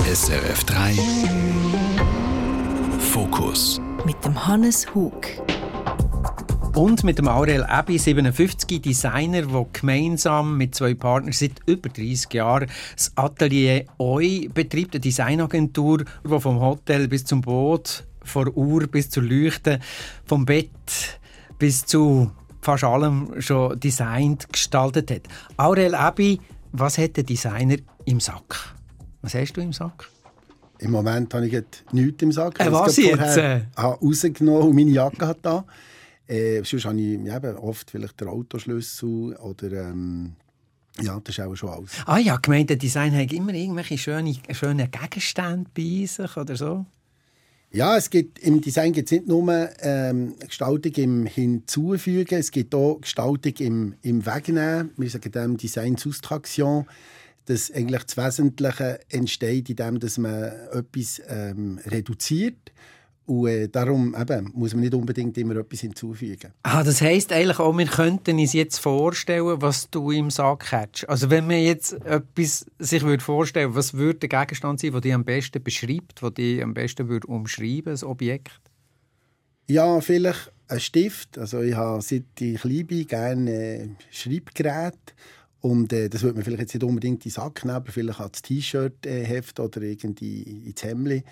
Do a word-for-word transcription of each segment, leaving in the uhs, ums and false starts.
S R F drei Fokus mit dem Hannes Hug. Und mit dem Aurel Aebi, siebenundfünfzig, Designer, der gemeinsam mit zwei Partnern seit über dreissig Jahren das Atelier Oi betreibt, eine Designagentur, die vom Hotel bis zum Boot, von der Uhr bis zur Leuchte, vom Bett bis zu fast allem schon designt, gestaltet hat. Aurel Aebi, was hat der Designer im Sack? Was hast du im Sack? Im Moment habe ich nichts im Sack. Äh, was ich jetzt? Vorher rausgenommen und meine Jacke hat da. Äh, sonst habe ich ja, eben oft vielleicht den Autoschlüssel oder ähm, ja, das ist auch schon alles. Ah ja, gemeint, der Designer hat immer irgendwelche schöne, schöne Gegenstände bei sich oder so? Ja, es gibt, im Design gibt es nicht nur ähm, Gestaltung im Hinzufügen, es gibt auch Gestaltung im, im Wegnehmen. Wir sagen dem Design Soustraction, dass eigentlich das Wesentliche entsteht, indem dass man etwas ähm, reduziert. Und äh, darum eben, muss man nicht unbedingt immer etwas hinzufügen. Ah, das heisst eigentlich auch, wir könnten uns jetzt vorstellen, was du im Sack hättest. Also wenn man jetzt etwas sich würde vorstellen, was würde der Gegenstand sein, der dich am besten beschreibt, der dich am besten würde umschreiben, das Objekt? Ja, vielleicht ein Stift. Also ich habe seit ich klein bin gerne äh, Schreibgeräte. Und äh, das würde man vielleicht jetzt nicht unbedingt in den Sack nehmen, aber vielleicht als T-Shirt äh, heft oder irgendwie ins Hemdli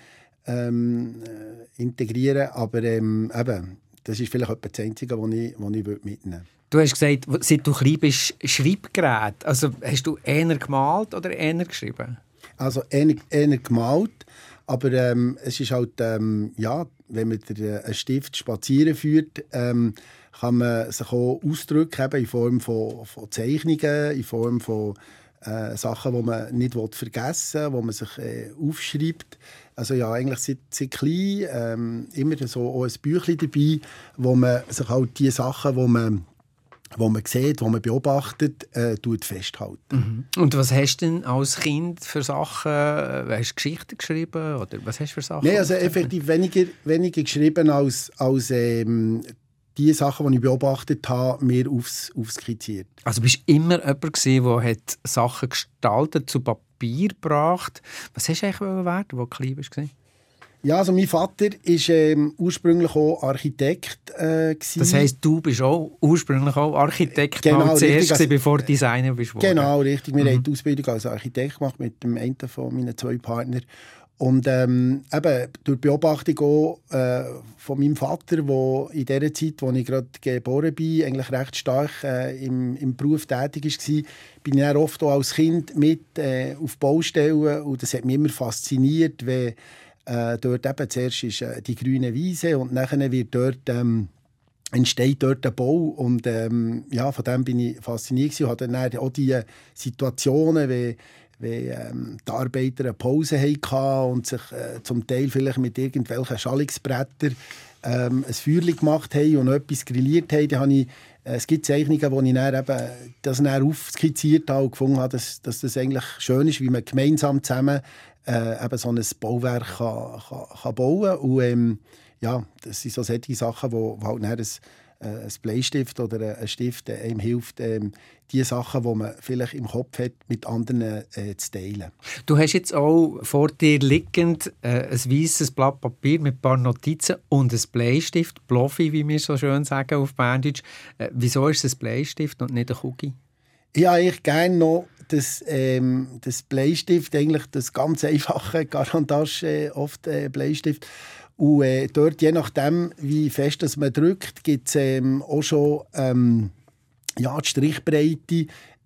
ähm, äh, integrieren. Aber ähm, eben, das ist vielleicht etwas das Einzige, was ich, was ich mitnehmen würde. Du hast gesagt, seit du klein bist, Schreibgerät. Also hast du eher gemalt oder eher geschrieben? Also eher, eher gemalt, aber ähm, es ist halt, ähm, ja, wenn man den, einen Stift spazieren führt, ähm, kann man sich auch ausdrücken eben in Form von, von Zeichnungen, in Form von äh, Sachen, die man nicht vergessen will, die man sich äh, aufschreibt. Also ja, eigentlich seit, seit klein ähm, immer so auch ein Büchlein dabei, wo man sich halt die Sachen, die man, wo man sieht, die man beobachtet, äh, festhalten. Mhm. Und was hast du denn als Kind für Sachen? Hast du Geschichten geschrieben? Oder was hast du für Sachen? Nein, also effektiv weniger, weniger geschrieben als, als ähm, die Sachen, die ich beobachtet habe, mir aufs, aufskizziert. Also bist du immer jemand, der Sachen gestaltet, zu Papier gebracht? Was hast du eigentlich werden, wo du klein warst? Ja, also mein Vater war ähm, ursprünglich auch Architekt. Äh, das heisst, du bist auch ursprünglich auch Architekt, genau, mal zuerst, also, bevor du Designer bist. Genau, richtig. Wir mhm. haben die Ausbildung als Architekt gemacht mit dem einen von meinen zwei Partnern. Und ähm, eben durch die Beobachtung auch, äh, von meinem Vater, der in der Zeit, als ich gerade geboren bin, eigentlich recht stark äh, im, im Beruf tätig war, bin ich oft auch als Kind mit äh, auf Baustellen. Und das hat mich immer fasziniert, wenn äh, dort eben zuerst ist äh, die grüne Wiese und nachher wird dort, ähm, entsteht dort ein Bau. Und ähm, ja, von dem bin ich fasziniert und hatte dann auch die Situationen, wie wenn ähm, die Arbeiter eine Pause hatten und sich äh, zum Teil vielleicht mit irgendwelchen Schallungsbrettern ähm, ein Feuerchen gemacht haben und etwas grilliert haben, dann habe ich, äh, es gibt Zeichnungen, wo ich dann eben das dann aufskizziert habe und gefunden habe, dass, dass das eigentlich schön ist, wie man gemeinsam zusammen äh, eben so ein Bauwerk kann, kann, kann bauen kann. Und ähm, ja, das sind so solche Sachen, wo, wo halt dann ein ein Bleistift oder ein Stift einem hilft, ähm, die Sachen, die man vielleicht im Kopf hat, mit anderen äh, zu teilen. Du hast jetzt auch vor dir liegend äh, ein weisses Blatt Papier mit ein paar Notizen und ein Bleistift, Bloffi, wie wir so schön sagen auf Berndeutsch. Äh, wieso ist es ein Bleistift und nicht ein Cookie? Ja, ich gerne noch das, ähm, das Bleistift, eigentlich das ganz einfache Garantage, äh, oft äh, Bleistift. Und äh, dort, je nachdem, wie fest das man drückt, gibt es ähm, auch schon ähm, ja, die Strichbreite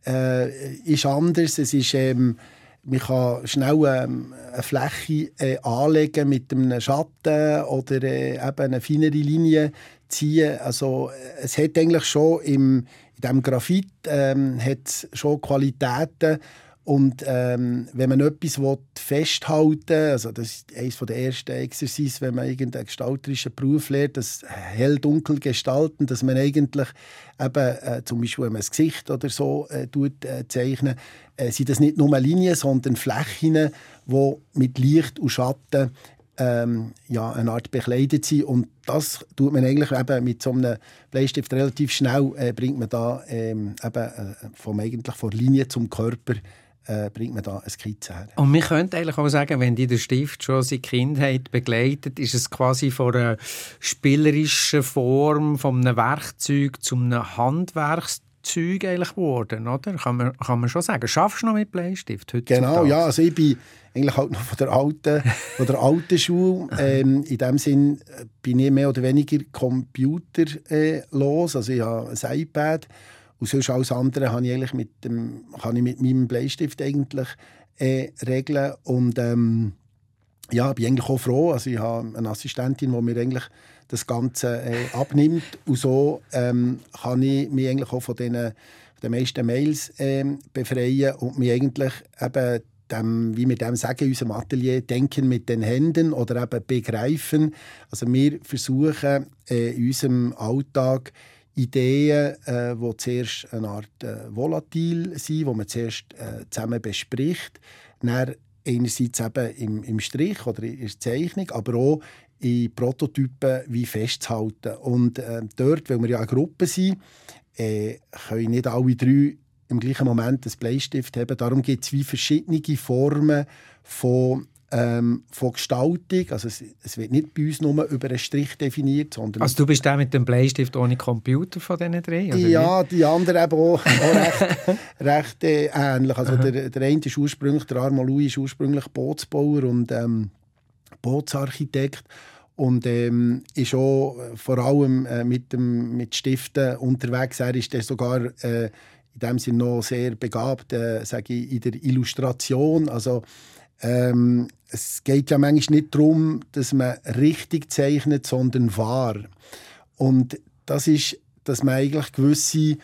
äh, ist anders. Es ist, ähm, man kann schnell ähm, eine Fläche äh, anlegen mit einem Schatten oder äh, eben eine feinere Linie ziehen. Also, es hat eigentlich schon im, in diesem Graphit ähm, hat schon Qualitäten. Und ähm, wenn man etwas festhalten will, also das ist eines der ersten Exercise, wenn man irgendeinen gestalterischen Beruf lernt, das hell-dunkel gestalten, dass man eigentlich eben, äh, zum Beispiel wenn man das Gesicht oder so äh, tut, äh, zeichnen, äh, sind das nicht nur Linien, sondern Flächen, die mit Licht und Schatten ähm, ja, eine Art bekleidet sind. Und das tut man eigentlich eben mit so einem Bleistift relativ schnell, äh, bringt man da ähm, eben, äh, vom, eigentlich von Linie zum Körper äh, bringt man da eine Skizze her. Und wir könnten eigentlich auch sagen, wenn die der Stift schon seine Kindheit begleitet, ist es quasi von einer spielerischen Form, von einem Werkzeug zu einem Handwerkszeug eigentlich geworden, oder? Kann man, kann man schon sagen. Schaffst du noch mit Bleistift heutzutage? Genau, ja. Also ich bin eigentlich halt noch von der alten, von der alten Schule. Ähm, in dem Sinn bin ich mehr oder weniger computerlos. Äh, also ich habe ein iPad. Und sonst alles andere kann ich, eigentlich mit, dem, kann ich mit meinem Bleistift eigentlich äh, regeln. Und ähm, ja, bin eigentlich auch froh. Also ich habe eine Assistentin, die mir eigentlich das Ganze äh, abnimmt. Und so ähm, kann ich mich eigentlich auch von den, den meisten Mails äh, befreien und mich eigentlich eben dem, wie wir dem sagen, in unserem Atelier, denken mit den Händen oder eben begreifen. Also wir versuchen äh, in unserem Alltag Ideen, äh, die zuerst eine Art äh, volatil sind, die man zuerst äh, zusammen bespricht, dann einerseits eben im, im Strich oder in der Zeichnung, aber auch in Prototypen wie festzuhalten. Und äh, dort, weil wir ja eine Gruppe sind, äh, können nicht alle drei im gleichen Moment einen Bleistift haben. Darum gibt es wie verschiedene Formen von Ähm, von Gestaltung. Also es, es wird nicht bei uns nur über einen Strich definiert, sondern... Also du bist der mit dem Bleistift ohne Computer von diesen drei? Oder ja, wie? die anderen eben auch, auch recht, recht äh, ähnlich. Also der, der eine ist ursprünglich, der Armand Louis ist ursprünglich Bootsbauer und ähm, Bootsarchitekt und ähm, ist auch vor allem äh, mit, dem, mit Stiften unterwegs. Er ist sogar äh, in dem Sinne noch sehr begabt, äh, sage ich, in der Illustration. Also Ähm, es geht ja manchmal nicht darum, dass man richtig zeichnet, sondern wahr. Und das ist, dass man eigentlich gewisse,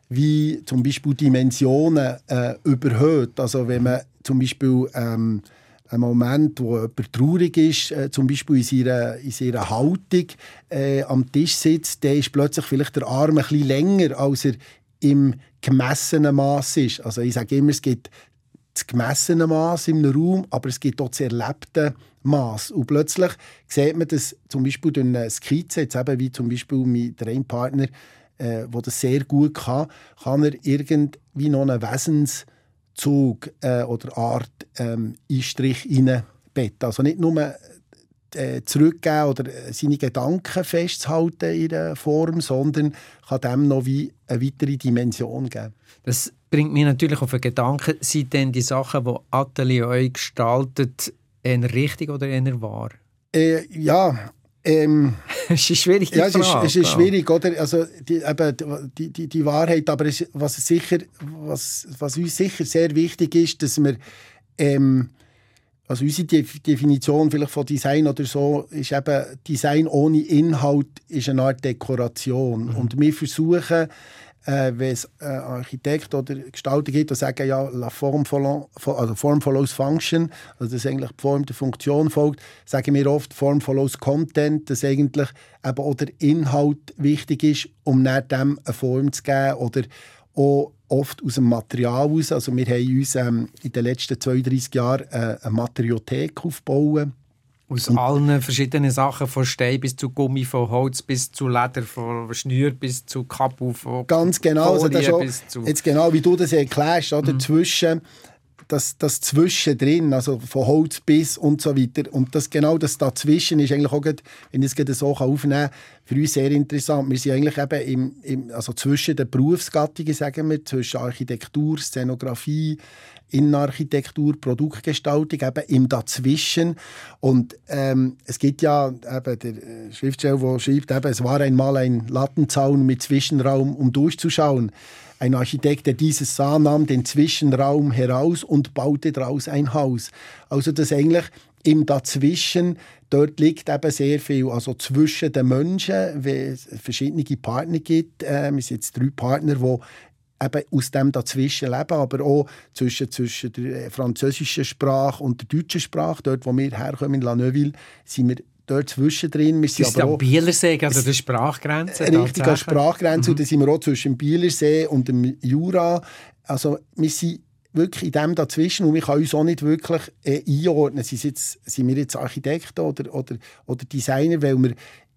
wie zum Beispiel Dimensionen äh, überhöht. Also wenn man zum Beispiel ähm, einen Moment, wo jemand traurig ist, äh, zum Beispiel in seiner, in seiner Haltung äh, am Tisch sitzt, dann ist plötzlich vielleicht der Arm ein bisschen länger, als er im gemessenen Maß ist. Also ich sage immer, es gibt das gemessene Maß im Raum, aber es gibt auch das erlebte Maß. Und plötzlich sieht man das zum Beispiel durch eine Skizze, jetzt eben wie zum Beispiel mein Partner, äh, der das sehr gut kann, kann er irgendwie noch einen Wesenszug äh, oder Art ähm, Einstrich reinbetten. Also nicht nur äh, zurückgeben oder seine Gedanken festzuhalten in der Form, sondern kann dem noch wie eine weitere Dimension geben. Das bringt mich natürlich auf den Gedanken, sind denn die Sachen, die Atelier euch gestaltet, eher richtig oder eher wahr? Äh, ja, ähm, es ist schwierig, die ja, es ist, Frage. es ist schwierig, oder? Also die, eben, die, die, die Wahrheit, aber es, was, sicher, was, was uns sicher sehr wichtig ist, dass wir ähm, also unsere Definition vielleicht von Design oder so ist eben, Design ohne Inhalt ist eine Art Dekoration. Mhm. Und wir versuchen, äh, wenn es äh, Architekt oder Gestalter gibt, die sagen, ja, la form, follow, also form follows function, also dass eigentlich die Form der Funktion folgt, sagen wir oft Form follows content, dass eigentlich eben auch der Inhalt wichtig ist, um nach dem eine Form zu geben oder auch oft aus dem Material aus. Also wir haben uns ähm, in den letzten zweiunddreissig Jahren äh, eine Materiothek aufgebaut. Aus und allen verschiedenen Sachen, von Stein bis zu Gummi, von Holz bis zu Leder, von Schnür bis zu Kapu, von ganz genau, Folie also bis zu... Jetzt genau, wie du das erklärst, oder? Mhm. Zwischen, das, das Zwischendrin, also von Holz bis und so weiter. Und das, genau das dazwischen ist eigentlich auch, wenn ich es so aufnehmen kann, für uns sehr interessant. Wir sind eigentlich eben im, im, also zwischen den Berufsgattungen, sagen wir, zwischen Architektur, Szenografie, Innenarchitektur, Produktgestaltung, eben im Dazwischen. Und ähm, es gibt ja eben der Schriftsteller, der schreibt, eben, es war einmal ein Lattenzaun mit Zwischenraum, um durchzuschauen. Ein Architekt, der dieses sah, nahm den Zwischenraum heraus und baute daraus ein Haus. Also das eigentlich im Dazwischen, dort liegt eben sehr viel, also zwischen den Menschen, wenn es verschiedene Partner gibt. Äh, wir sind jetzt drei Partner, die eben aus dem dazwischen leben, aber auch zwischen, zwischen der französischen Sprache und der deutschen Sprache. Dort, wo wir herkommen, in La Neuville, sind wir dort zwischendrin. Wir sind das ist am Bielersee, also der Sprachgrenze. Richtig, an der Sprachgrenze. Mhm. Und da sind wir auch zwischen dem Bielersee und dem Jura. Also wir sind wirklich in dem dazwischen und wir können uns auch nicht wirklich äh, einordnen. Sind, jetzt, sind wir jetzt Architekten oder, oder, oder Designer, weil wir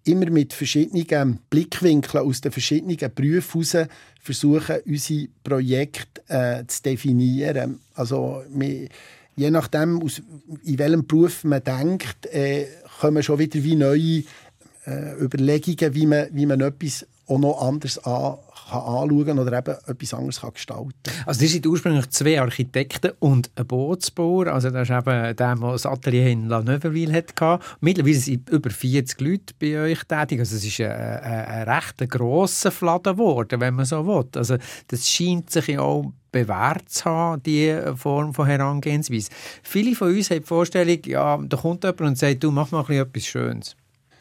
immer mit verschiedenen Blickwinkeln aus den verschiedenen Berufen heraus versuchen, unsere Projekte äh, zu definieren. Also, wir, je nachdem, aus, in welchem Beruf man denkt, äh, kommen schon wieder wie neue äh, Überlegungen, wie man, wie man etwas auch noch anders an, kann anschauen oder eben etwas anderes kann gestalten kann. Also, das sind ursprünglich zwei Architekten und ein Bootsbauer. Also, das ist eben der, der das Atelier in La Neuveville hatte. Mittlerweile sind über vierzig Leute bei euch tätig. Also, es ist ein, ein, ein recht grosser Fladen geworden, wenn man so will. Also, das scheint sich ja auch bewährt zu haben, diese Form von Herangehensweise. Viele von uns haben die Vorstellung, ja, da kommt jemand und sagt, du, mach mal etwas Schönes.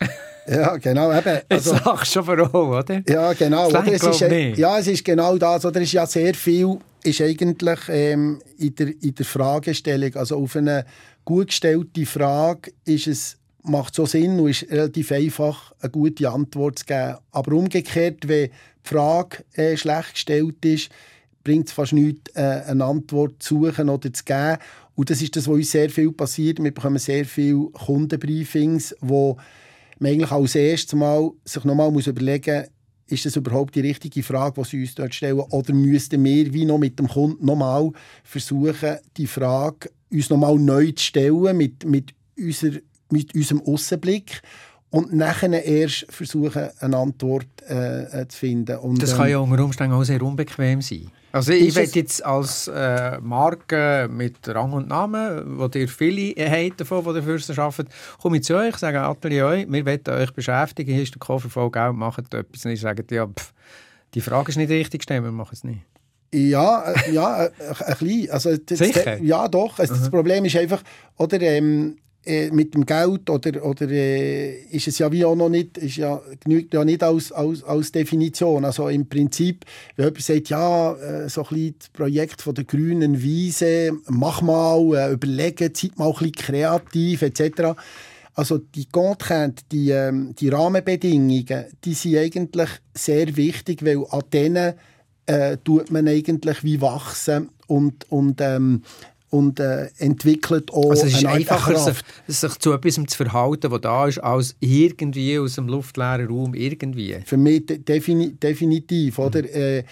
Ja, genau. Eben, also, das sagst du schon warum, oder? Ja, genau. Das oder? Es ist, nicht. Ja, es ist genau das. Oder? Es ist ja sehr viel ist eigentlich, ähm, in, der, in der Fragestellung. Also auf eine gut gestellte Frage ist es, macht so Sinn und ist relativ einfach, eine gute Antwort zu geben. Aber umgekehrt, wenn die Frage äh, schlecht gestellt ist, bringt es fast nichts, äh, eine Antwort zu suchen oder zu geben. Und das ist das, was uns sehr viel passiert. Wir bekommen sehr viele Kundenbriefings, wo man eigentlich als erstes Mal sich nochmal überlegen muss, ist das überhaupt die richtige Frage, die sie uns dort stellen? Oder müssten wir wie noch mit dem Kunden nochmal versuchen, die Frage uns nochmal neu zu stellen mit, mit, unser, mit unserem Aussenblick und nachher erst versuchen, eine Antwort äh, zu finden. Und, das kann ja unter Umständen auch sehr unbequem sein. Also ich will jetzt als äh, Marke mit Rang und Namen, wo ihr viele habt davon, die dafür arbeiten, komme ich zu euch, sage Atelier euch, wir wollen euch beschäftigen, hier ist der Koffer voll Geld, macht etwas. Und ich sage, ja, pff, die Frage ist nicht richtig gestellt, wir machen es nicht. Ja, äh, ja, äh, ein bisschen. Also, das, Sicher? Ja, doch. Also, das Problem ist einfach, oder, ähm, äh, mit dem Geld oder, oder äh, ist es ja wie auch noch nicht, ist ja, genügt ja nicht als, als, als Definition. Also im Prinzip, wenn jemand sagt, ja, äh, so ein bisschen das Projekt von der grünen Wiese, mach mal, äh, überlegen, seid mal ein bisschen kreativ et cetera. Also die Contraintes, die, ähm, die Rahmenbedingungen, die sind eigentlich sehr wichtig, weil an denen äh, tut man eigentlich wie wachsen und, und ähm, und äh, entwickelt auch also es ist eine einfacher, Kraft. Sich, sich zu etwas zu verhalten, was da ist, als irgendwie aus dem luftleeren Raum irgendwie. Für mich de- defini- definitiv. Mhm. Oder? Äh,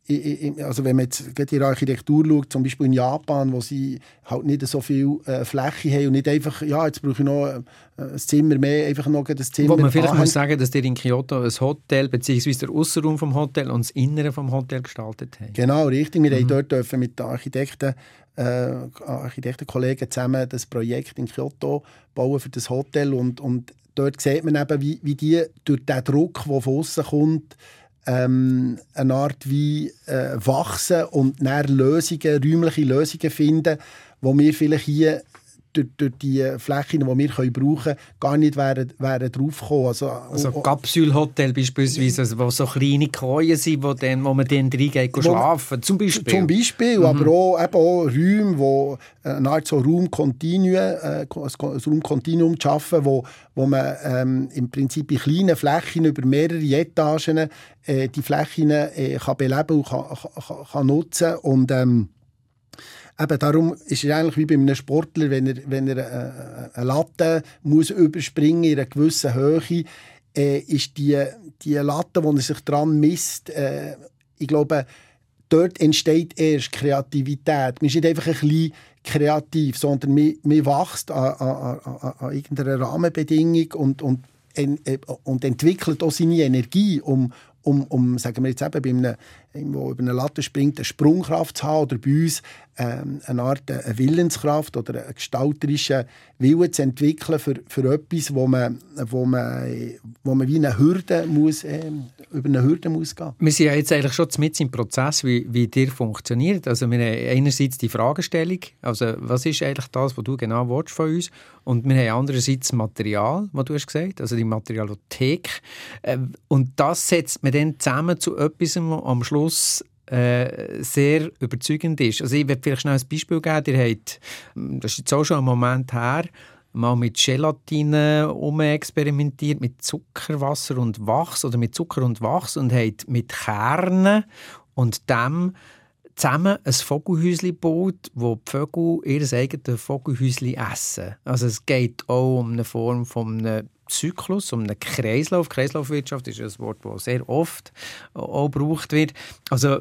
also wenn man jetzt in die Architektur schaut, zum Beispiel in Japan, wo sie halt nicht so viel äh, Fläche haben und nicht einfach, ja, jetzt brauche ich noch äh, ein Zimmer mehr, einfach noch das Zimmer. Wo man vielleicht anhängt. muss sagen, dass ihr in Kyoto ein Hotel bzw. der Aussenraum vom Hotel und das Innere vom Hotel gestaltet habt. Genau, richtig. Wir Mhm. dort dürfen mit den Architekten, äh, Architektenkollegen zusammen das Projekt in Kyoto bauen für das Hotel und, und dort sieht man eben, wie, wie die durch den Druck, der von außen kommt, ähm, eine Art wie äh, wachsen und dann Lösungen, räumliche Lösungen finden, wo wir vielleicht hier durch, durch die Flächen, die wir können brauchen können, gar nicht wären, wären draufgekommen. Also, also Kapsülhotel beispielsweise, also, wo so kleine Kojen sind, wo, dann, wo man dann reingeht und schlafen, zum Beispiel. Zum Beispiel, mhm. aber auch, eben auch Räume, wo eine Art so Raumkontinuum, äh, ein Raumkontinuum zu schaffen, wo, wo man ähm, im Prinzip in kleinen Flächen über mehrere Etagen äh, die Flächen äh, kann beleben und kann, kann, kann nutzen und ähm, eben darum ist es eigentlich wie bei einem Sportler, wenn er, wenn er äh, eine Latte muss überspringen in einer gewissen Höhe, äh, ist die, die Latte, wo er sich dran misst, äh, ich glaube, dort entsteht erst Kreativität. Man ist nicht einfach ein bisschen kreativ, sondern man, man wächst an, an, an, an irgendeiner Rahmenbedingung und, und, und entwickelt auch seine Energie, um Um, um, sagen wir jetzt eben, bei einem, irgendwo über eine Latte springt, eine Sprungkraft zu haben oder bei uns ähm, eine Art eine Willenskraft oder einen gestalterischen Willen zu entwickeln für, für etwas, wo man, wo man, wo man wie eine Hürde muss, äh, über eine Hürde muss gehen. Wir sind ja jetzt eigentlich schon mit im Prozess, wie, wie dir funktioniert. Also wir haben einerseits die Fragestellung, also was ist eigentlich das, was du genau willst von uns? Und wir haben andererseits das Material, was du hast gesagt, also die Materialothek. Und das setzt man dann zusammen zu etwas, was am Schluss äh, sehr überzeugend ist. Also ich werde vielleicht schnell ein Beispiel geben. Ihr habt, das ist jetzt auch schon ein Moment her, mal mit Gelatine experimentiert, mit Zuckerwasser und Wachs oder mit Zucker und Wachs und habt mit Kernen und dem zusammen ein Vogelhäuschen gebaut, wo die Vögel ihr eigenes Vogelhäuschen essen. Also es geht auch um eine Form von einem Zyklus, um einen Kreislauf. Kreislaufwirtschaft ist ein Wort, das sehr oft auch gebraucht wird. Also,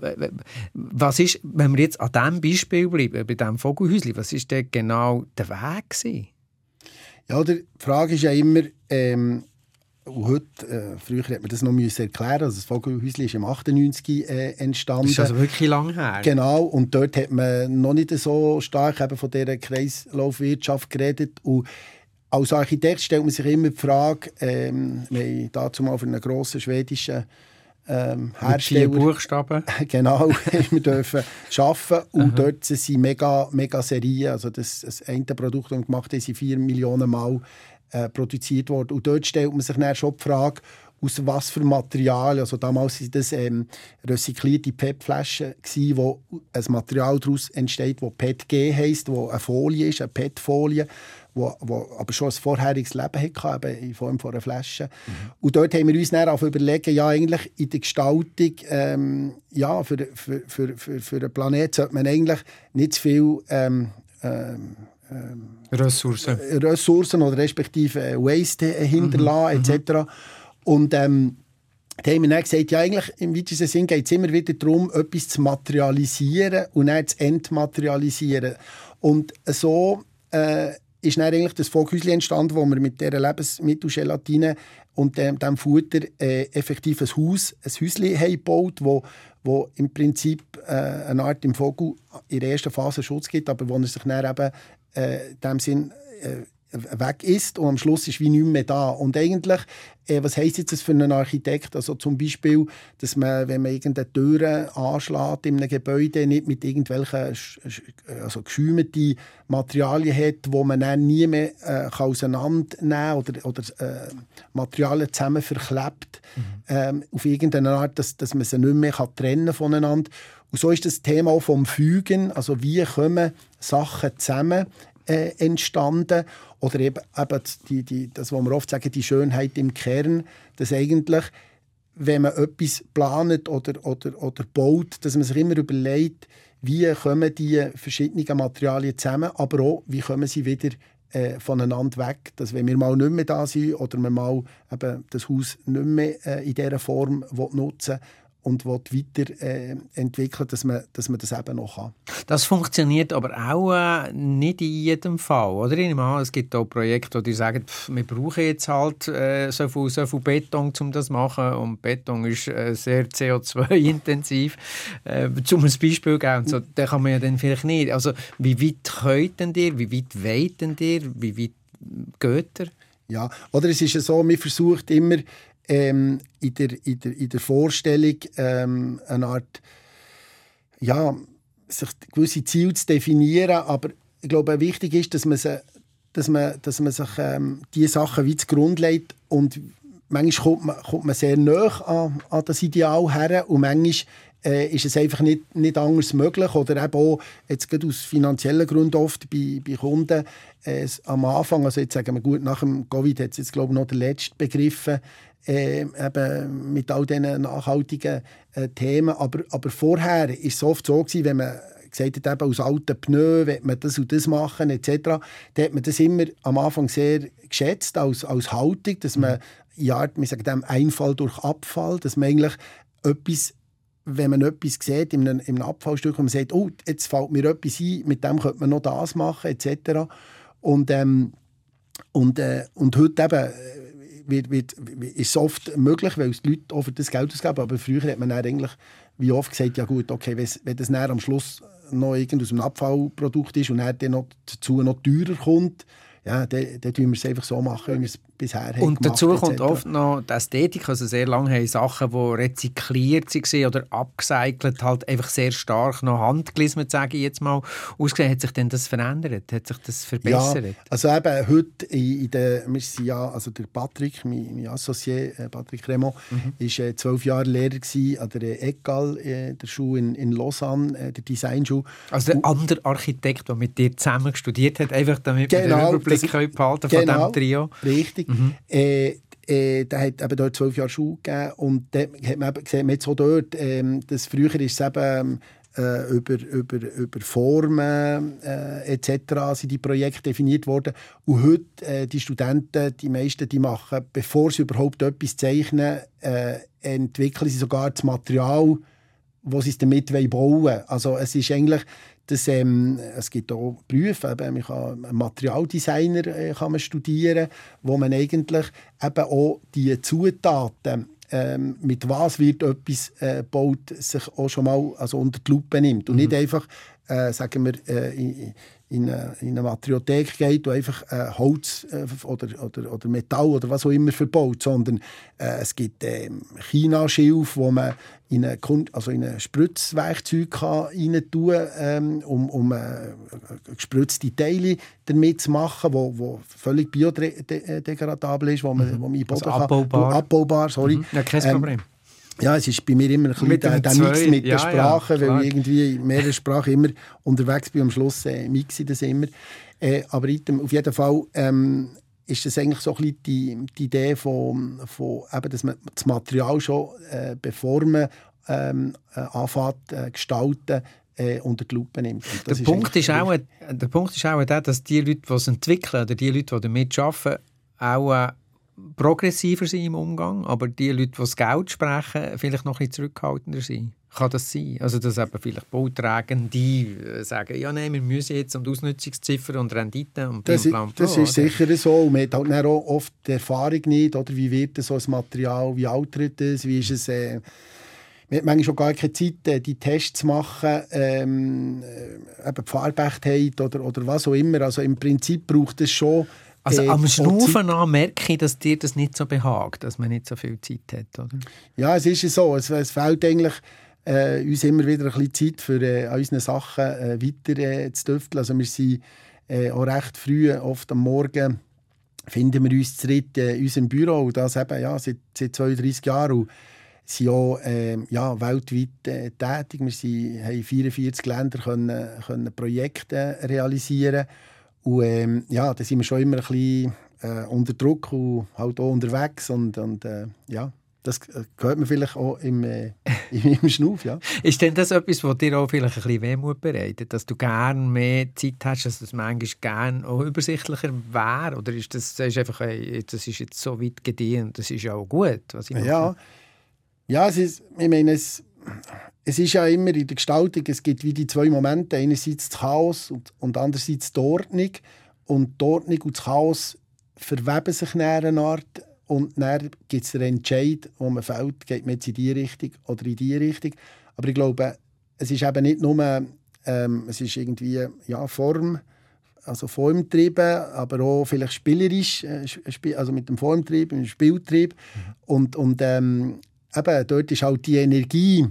was ist, wenn wir jetzt an diesem Beispiel bleiben, bei diesem Vogelhäuschen, was ist denn genau der Weg gewesen? Ja, die Frage ist ja immer, ähm, und heute, äh, früher hätte man das noch erklären müssen, also das Vogelhäuschen ist im achtundneunzig äh, entstanden. Das ist also wirklich lang her. Genau, und dort hat man noch nicht so stark eben von dieser Kreislaufwirtschaft geredet. Und als Architekt stellt man sich immer die Frage, ähm, wir haben dazu mal für einen grossen schwedischen ähm, Hersteller... Mit vier Buchstaben. Genau, wir dürfen arbeiten. Und Aha. dort sind mega, mega Serien. Also das, das eine Produkt, das wir gemacht haben, sind vier Millionen Mal äh, produziert worden. Und dort stellt man sich dann schon die Frage, aus was für Material. Also damals waren das ähm, rezyklierte P E T-Flaschen, wo ein Material daraus entsteht, das P E T G heisst, wo eine Folie ist, eine P E T-Folie, wo, wo aber schon ein vorheriges Leben hatte, eben in Form von einer Flasche. Mhm. Und dort haben wir uns dann auch überlegt, ja, eigentlich in der Gestaltung, ähm, ja, für, für, für, für, für einen Planeten sollte man eigentlich nicht zu viel ähm, ähm, Ressourcen. Ressourcen oder respektive Waste hinterlassen, mhm. et cetera. Und ähm, da haben wir dann gesagt, ja, eigentlich im weitesten Sinn geht es immer wieder darum, etwas zu materialisieren und dann zu entmaterialisieren. Und so äh, ist dann eigentlich das Vogelhäuschen entstanden, wo wir mit dieser Lebensmittelgelatine und dem, dem Futter äh, effektiv ein Haus, ein Häuschen haben gebaut, wo, wo im Prinzip äh, eine Art im Vogel in der ersten Phase Schutz gibt, aber wo er sich dann eben äh, in dem Sinn äh, weg ist und am Schluss ist wie nichts mehr da. Und eigentlich, äh, was heisst jetzt das für einen Architekt? Also zum Beispiel, dass man, wenn man irgendeine Türe anschlägt in einem Gebäude, nicht mit irgendwelchen also geschäumten Materialien hat, wo man dann nie mehr äh, auseinandernehmen kann oder, oder äh, Materialien zusammen verklebt, mhm. ähm, auf irgendeine Art, dass, dass man sie nicht mehr trennen voneinander. Und so ist das Thema auch vom Fügen, also wie kommen Sachen zusammen, Äh, entstanden. Oder eben, eben die, die, das, was wir oft sagen, die Schönheit im Kern, dass eigentlich, wenn man etwas plant oder, oder, oder baut, dass man sich immer überlegt, wie kommen die verschiedenen Materialien zusammen, aber auch, wie kommen sie wieder äh, voneinander weg. Dass wenn wir mal nicht mehr da sind oder man mal eben das Haus nicht mehr äh, in dieser Form nutzen will, und weiterentwickeln, äh, dass man, dass man das eben noch kann. Das funktioniert aber auch äh, nicht in jedem Fall, oder? Ich meine, es gibt auch Projekte, die sagen, pff, wir brauchen jetzt halt äh, so, viel, so viel Beton, um das zu machen. Und Beton ist äh, sehr C O zwei intensiv. Äh, zum ein Beispiel geben, so, den kann man ja dann vielleicht nicht. Also, wie weit könnt ihr, wie weit wollt ihr, wie weit geht ihr? Ja, oder es ist ja so, man versucht immer, Ähm, in, der, in, der, in der Vorstellung ähm, eine Art, ja, sich gewisse Ziele zu definieren, aber ich glaube, wichtig ist, dass man, sie, dass man, dass man sich ähm, diese Sachen wie zugrunde legt und manchmal kommt man, kommt man sehr nahe an, an das Ideal her und manchmal äh, ist es einfach nicht, nicht anders möglich oder eben auch jetzt gerade aus finanziellen Gründen oft bei, bei Kunden äh, am Anfang, also jetzt sagen wir gut, nach dem Covid hat es jetzt glaube ich noch der letzte begriffen, Äh, eben mit all diesen nachhaltigen äh, Themen. Aber, aber vorher war es oft so gewesen, wenn man gesagt hat, eben aus alten Pneus will man das und das machen et cetera, dann hat man das immer am Anfang sehr geschätzt als, als Haltung, dass man, ja, wir sagen dem Einfall durch Abfall, dass man eigentlich etwas, wenn man etwas sieht in einem, in einem Abfallstück und man sagt, oh, jetzt fällt mir etwas ein, mit dem könnte man noch das machen et cetera. Und, ähm, und, äh, und heute eben Wird, wird, ist es oft möglich, weil die Leute auch für das Geld ausgeben. Aber früher hat man dann eigentlich wie oft gesagt, ja gut, okay, wenn das dann am Schluss noch irgend aus einem Abfallprodukt ist und dann noch dazu noch teurer kommt, ja, dann, dann tun wir es einfach so machen, wie wir es bisher haben und gemacht, dazu kommt et cetera. Oft noch die Ästhetik. Also sehr lange haben Sachen, die rezykliert waren oder upgecycelt, halt einfach sehr stark noch handgelismet, sage ich jetzt mal, ausgesehen. Hat sich denn das verändert? Hat sich das verbessert? Ja, also eben heute in, in der, wir sind ja, also der Patrick, mein, mein Associé, äh, Patrick Remo, mhm. ist äh, zwölf Jahre Lehrer gewesen an der École, äh, der Schule in, in Lausanne, äh, der Designschule. Also der andere Architekt, der mit dir zusammen studiert hat, einfach damit wir genau, den Überblick können behalten genau, von diesem Trio. Richtig. Mhm. Äh, äh, der hat eben dort zwölf Jahre Schule gegeben und da hat man eben gesehen, man hat so dort, ähm, das früher ist es eben äh, über, über, über Formen äh, et cetera sind die Projekte definiert worden. Und heute, äh, die Studenten, die meisten, die machen, bevor sie überhaupt etwas zeichnen, äh, entwickeln sie sogar das Material, wo sie es damit bauen wollen. Also es ist eigentlich, dass, ähm, es gibt auch Berufe, eben, man kann, einen Materialdesigner äh, kann man studieren, wo man eigentlich eben auch die Zutaten, ähm, mit was wird etwas äh, gebaut, sich auch schon mal also unter die Lupe nimmt. Und mhm. nicht einfach, äh, sagen wir, äh, in, in, eine, in eine Materiothek geht und einfach äh, Holz äh, oder, oder, oder Metall oder was auch immer verbaut, sondern äh, es gibt äh, China-Schilf, wo man in ein, also in ein Spritzwerkzeug rein tun kann, ähm, um, um äh, gespritzte Teile damit zu machen, wo, wo völlig biodegradabel ist, wo man, mhm. wo man in den Boden also abbaubar. kann. Abbaubar, sorry. Mhm. Ja, kein Problem. Ähm, Ja, es ist bei mir immer ein bisschen der, der Mix mit ja, der Sprache, ja, weil ich irgendwie in mehreren Sprachen immer unterwegs bin. Am Schluss äh, mixe ich das immer. Äh, aber auf jeden Fall ähm, ist das eigentlich so ein bisschen die, die Idee, von, von, eben, dass man das Material schon, äh, bevor man ähm, äh, anfängt äh, gestalten, äh, unter die Lupe nimmt. Der, ist Punkt ist auch, der Punkt ist auch der, dass die Leute, die es entwickeln oder die Leute, die damit arbeiten, auch äh, progressiver sind im Umgang, aber die Leute, die das Geld sprechen, vielleicht noch ein bisschen zurückhaltender sind. Kann das sein? Also, dass eben vielleicht Bautragende sagen, ja, nein, wir müssen jetzt um die Ausnutzungsziffer und Rendite und das, blam, blam, das blam, ist sicher so. Und man hat halt auch oft die Erfahrung nicht, oder wie wird so ein Material, wie altert es, wie ist es... Äh, man hat manchmal schon gar keine Zeit, die Tests zu machen, ähm, eben die Farbechtheit oder, oder was auch immer. Also im Prinzip braucht es schon... Also äh, am Schnaufen an merke ich, dass dir das nicht so behagt, dass man nicht so viel Zeit hat, oder? Ja, es ist so. Es, es fehlt eigentlich äh, uns immer wieder ein bisschen Zeit, für äh, an unseren Sachen äh, weiter äh, zu tüfteln. Also wir sind äh, auch recht früh, oft am Morgen, finden wir uns zu dritt äh, in unserem Büro. Und das eben ja, seit, seit zweiunddreissig Jahren. Und sind auch äh, ja, weltweit äh, tätig. Wir sind, haben vierundvierzig Länder können, können Projekte realisieren. Und ähm, ja, da sind wir schon immer ein bisschen äh, unter Druck und halt auch unterwegs. Und, und äh, ja, das hört man vielleicht auch im, äh, im Schnuff. Ja. Ist denn das etwas, was dir auch vielleicht ein bisschen Wehmut bereitet? Dass du gerne mehr Zeit hast, dass das manchmal gerne auch übersichtlicher wäre? Oder ist das, das ist einfach, ey, das ist jetzt so weit gedient, das ist ja auch gut, was ich mache? Ja, ja es ist, ich meine, es... Es ist ja immer in der Gestaltung, es gibt wie die zwei Momente, einerseits das Chaos und, und andererseits die Ordnung. Und die Ordnung und das Chaos verweben sich in einer Art und dann gibt es den Entscheid, wo man fällt, geht man jetzt in die Richtung oder in die Richtung. Aber ich glaube, es ist eben nicht nur, ähm, es ist irgendwie ja, Form, also formtrieben, aber auch vielleicht spielerisch, äh, also mit dem Formtrieb, mit dem Spieltrieb. Mhm. Und, und ähm, eben, dort ist halt die Energie,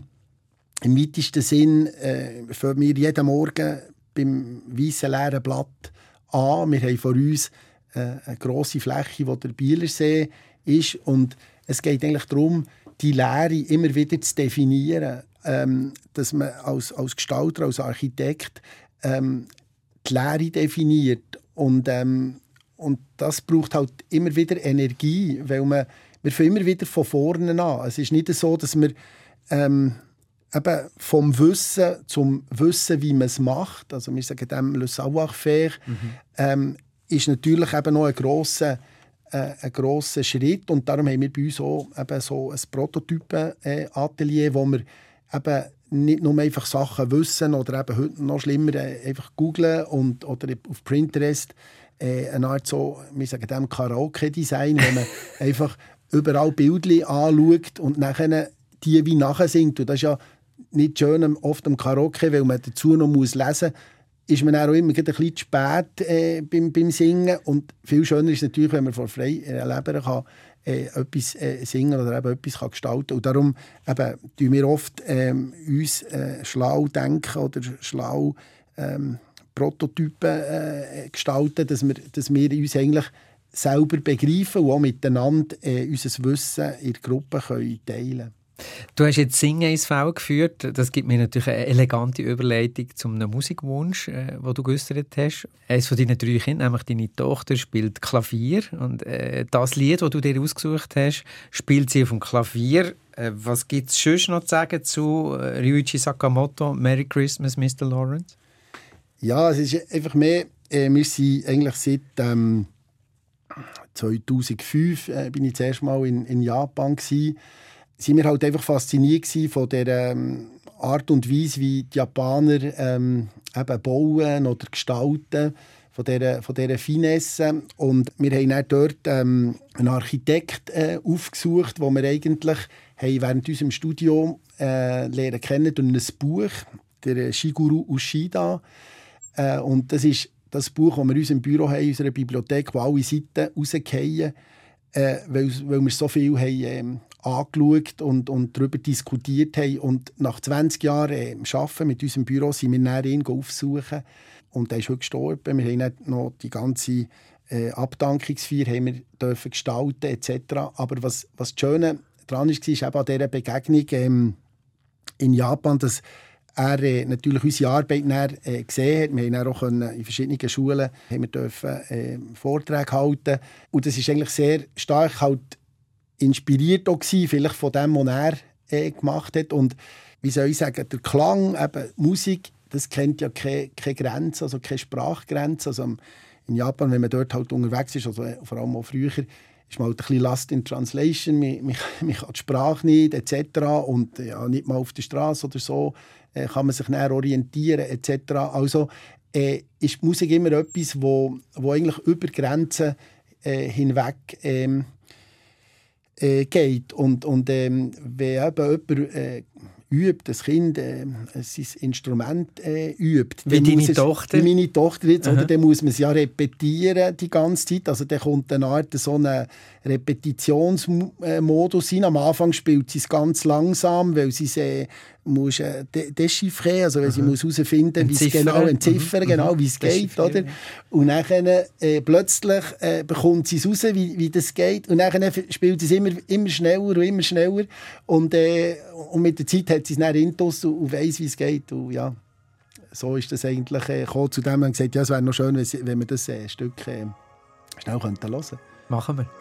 im weitesten Sinn äh, fangen wir jeden Morgen beim weißen leeren Blatt an. Wir haben vor uns äh, eine grosse Fläche, wo der Bielersee ist. Und es geht eigentlich darum, die Leere immer wieder zu definieren. Ähm, dass man als, als Gestalter, als Architekt ähm, die Leere definiert. Und, ähm, und das braucht halt immer wieder Energie, weil man, wir fangen immer wieder von vorne an. Es ist nicht so, dass wir... Ähm, eben vom Wissen zum Wissen, wie man es macht, also wir sagen dem «le savoir-faire», mhm. ähm, ist natürlich eben noch ein grosser, äh, ein grosser Schritt. Und darum haben wir bei uns auch eben so ein Prototypen-Atelier, äh, wo wir eben nicht nur einfach Sachen wissen oder eben heute noch schlimmer äh, einfach googlen und, oder auf Pinterest äh, eine Art so, wir sagen dem Karaoke-Design, wo man einfach überall Bildchen anschaut und nachher die wie nachher singt. Und das ist ja nicht schön oft am Karaoke, weil man dazu noch muss lesen muss, ist man auch immer ein bisschen zu spät äh, beim, beim Singen. Und viel schöner ist es natürlich, wenn man vor frei äh, Leber kann, äh, etwas äh, singen oder eben etwas kann gestalten. Und darum eben, tun wir oft ähm, uns äh, schlau denken oder schlau ähm, Prototypen äh, gestalten, dass wir, dass wir uns eigentlich selber begreifen und auch miteinander äh, unser Wissen in der Gruppe können teilen können. Du hast jetzt Singen ins Feld geführt. Das gibt mir natürlich eine elegante Überleitung zu einem Musikwunsch, äh, den du geäussert hast. Eines von deinen drei Kindern, nämlich deine Tochter, spielt Klavier. Und äh, das Lied, das du dir ausgesucht hast, spielt sie auf dem Klavier. Äh, was gibt es sonst noch zu sagen zu äh, Ryuichi Sakamoto, «Merry Christmas, Mister Lawrence»? Ja, es ist einfach mehr, äh, wir sind eigentlich seit ähm, zweitausendfünf äh, bin ich das erste Mal in, in Japan gewesen. Sind wir halt einfach fasziniert von der ähm, Art und Weise, wie die Japaner ähm, eben bauen oder gestalten, von dieser, von dieser Finesse. Und wir haben dann dort ähm, einen Architekt äh, aufgesucht, den wir eigentlich haben während unserem Studium äh, lernen kennen durch ein Buch, der Shigeru Ushida. Äh, und das ist das Buch, das wir in unserem Büro haben, in unserer Bibliothek, wo alle Seiten rausfallen, äh, weil, weil wir so viel haben, ähm, angeschaut und, und darüber diskutiert haben. Und nach zwanzig Jahren äh, Arbeiten mit unserem Büro sind wir dann ihn aufsuchen. Und er ist heute gestorben. Wir haben dann noch die ganze äh, Abdankungsfeier haben wir dürfen gestalten et cetera. Aber was, was das Schöne daran war, ist eben an dieser Begegnung ähm, in Japan, dass er äh, natürlich unsere Arbeit dann, äh, gesehen hat. Wir haben auch können, in verschiedenen Schulen haben wir dürfen, äh, Vorträge halten. Und das ist eigentlich sehr stark halt inspiriert auch gewesen, vielleicht von dem, was er äh, gemacht hat. Und wie soll ich sagen, der Klang, eben Musik, das kennt ja keine, keine Grenze, also keine Sprachgrenze. Also in Japan, wenn man dort halt unterwegs ist, also vor allem auch früher, ist man halt ein bisschen lost in translation, man, man, man kann die Sprache nicht et cetera. Und ja, nicht mal auf der Straße oder so äh, kann man sich näher orientieren et cetera. Also äh, ist die Musik immer etwas, wo, wo eigentlich über Grenzen äh, hinweg ähm, äh, geht. Und, und ähm, wenn eben jemand äh, übt, das Kind äh, sein Instrument äh, übt. Wie deine es, Tochter? Wie meine Tochter jetzt, oder? Dann muss man es ja repetieren die ganze Zeit. Also dann kommt eine Art so ein Repetitionsmodus hin. Am Anfang spielt sie es ganz langsam, weil sie es äh, muss äh, dechiffrieren, also weil sie muss herausfinden, wie es genau entziffern, mhm. genau, wie es geht, oder? Und dann äh, plötzlich äh, bekommt sie es raus, wie, wie das geht, und dann spielt sie es immer, immer schneller und immer schneller, und, äh, und mit der Zeit hat sie es dann intus und, und weiss, wie es geht, und ja, so ist das eigentlich äh, gekommen. Zu dem haben gesagt, ja, es wäre noch schön, wenn, sie, wenn wir das äh, Stück äh, schnell hören könnten. Machen wir.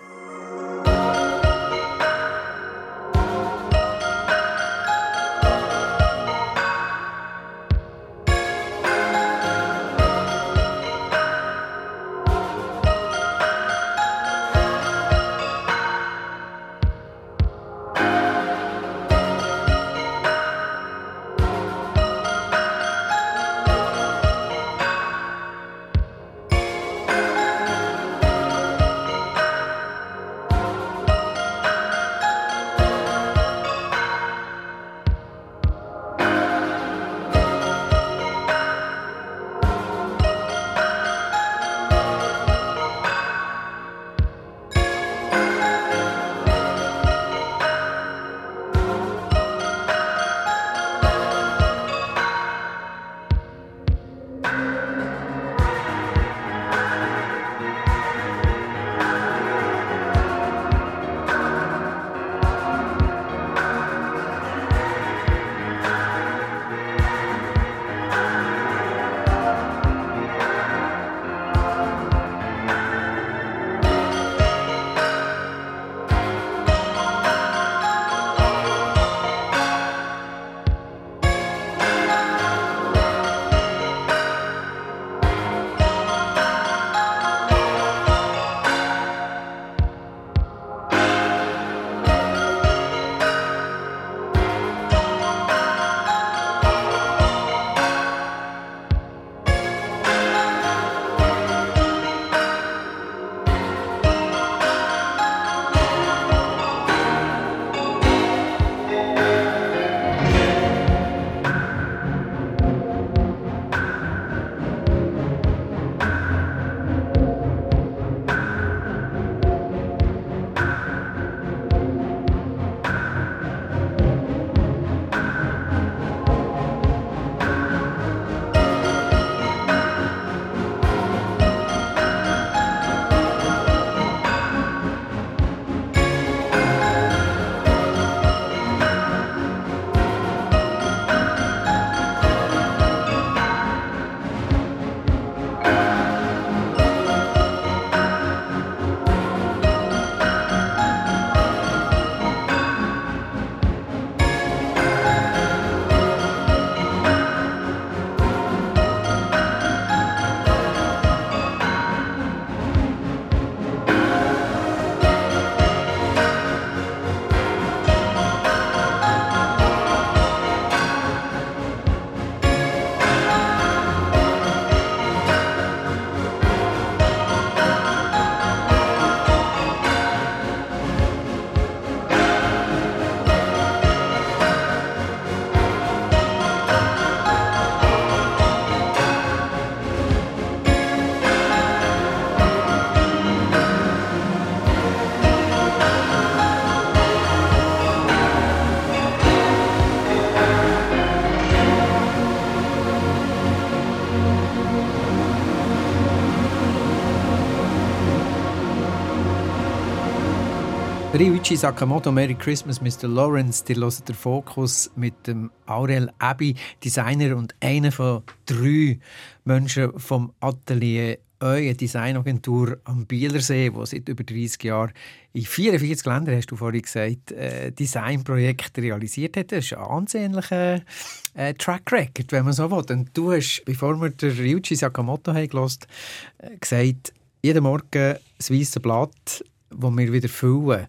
Ryuichi Sakamoto, Merry Christmas, Mister Lawrence. Ihr hört den Fokus mit dem Aurel Abbey, Designer und einer von drei Menschen vom Atelier Oeil, eine Designagentur am Bielersee, die seit über dreissig Jahren in vierundvierzig Ländern, hast du vorhin gesagt, äh, Designprojekte realisiert hat. Das ist ein ansehnlicher äh, Track Record, wenn man so will. Und du hast, bevor wir den Ryuichi Sakamoto haben gehört, äh, gesagt, jeden Morgen das weisse Blatt, das wir wieder füllen.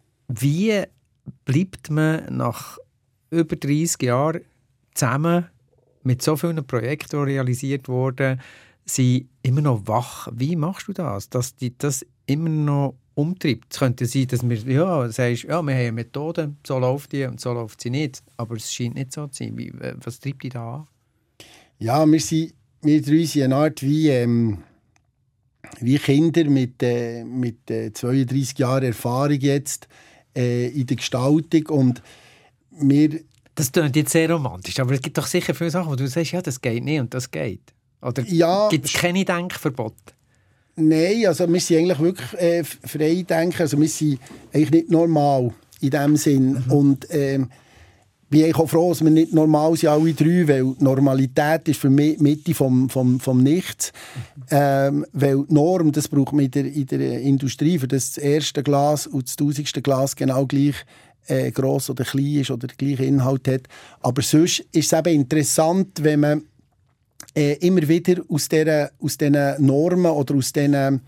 Wie bleibt man nach über dreissig Jahren zusammen mit so vielen Projekten, die realisiert wurden, sind immer noch wach? Wie machst du das, dass dich das immer noch umtreibt? Es könnte sein, dass wir, ja, sagst, ja, wir haben eine Methode, so läuft die und so läuft sie nicht. Aber es scheint nicht so zu sein. Wie, was treibt dich da an? Ja, wir, sind, wir drei sind eine Art wie... Ähm wie Kinder mit, äh, mit äh, zweiunddreissig Jahren Erfahrung jetzt äh, in der Gestaltung. Und wir das klingt jetzt sehr romantisch, aber es gibt doch sicher viele Sachen, wo du sagst, ja, das geht nicht und das geht. Oder ja, gibt es keine Denkverbote? Nein, also wir sind eigentlich wirklich äh, frei denken. Also wir sind eigentlich nicht normal in diesem Sinn. Mhm. Und ähm, ich bin auch froh, dass wir nicht normal sind, alle drei, weil Normalität ist für mich die Mitte vom, vom, vom Nichts. Ähm, weil die Norm, das braucht man in der, in der Industrie, für das, das erste Glas und das tausendste Glas genau gleich äh, gross oder klein ist oder den gleichen Inhalt hat. Aber sonst ist es eben interessant, wenn man äh, immer wieder aus diesen aus Normen oder aus diesen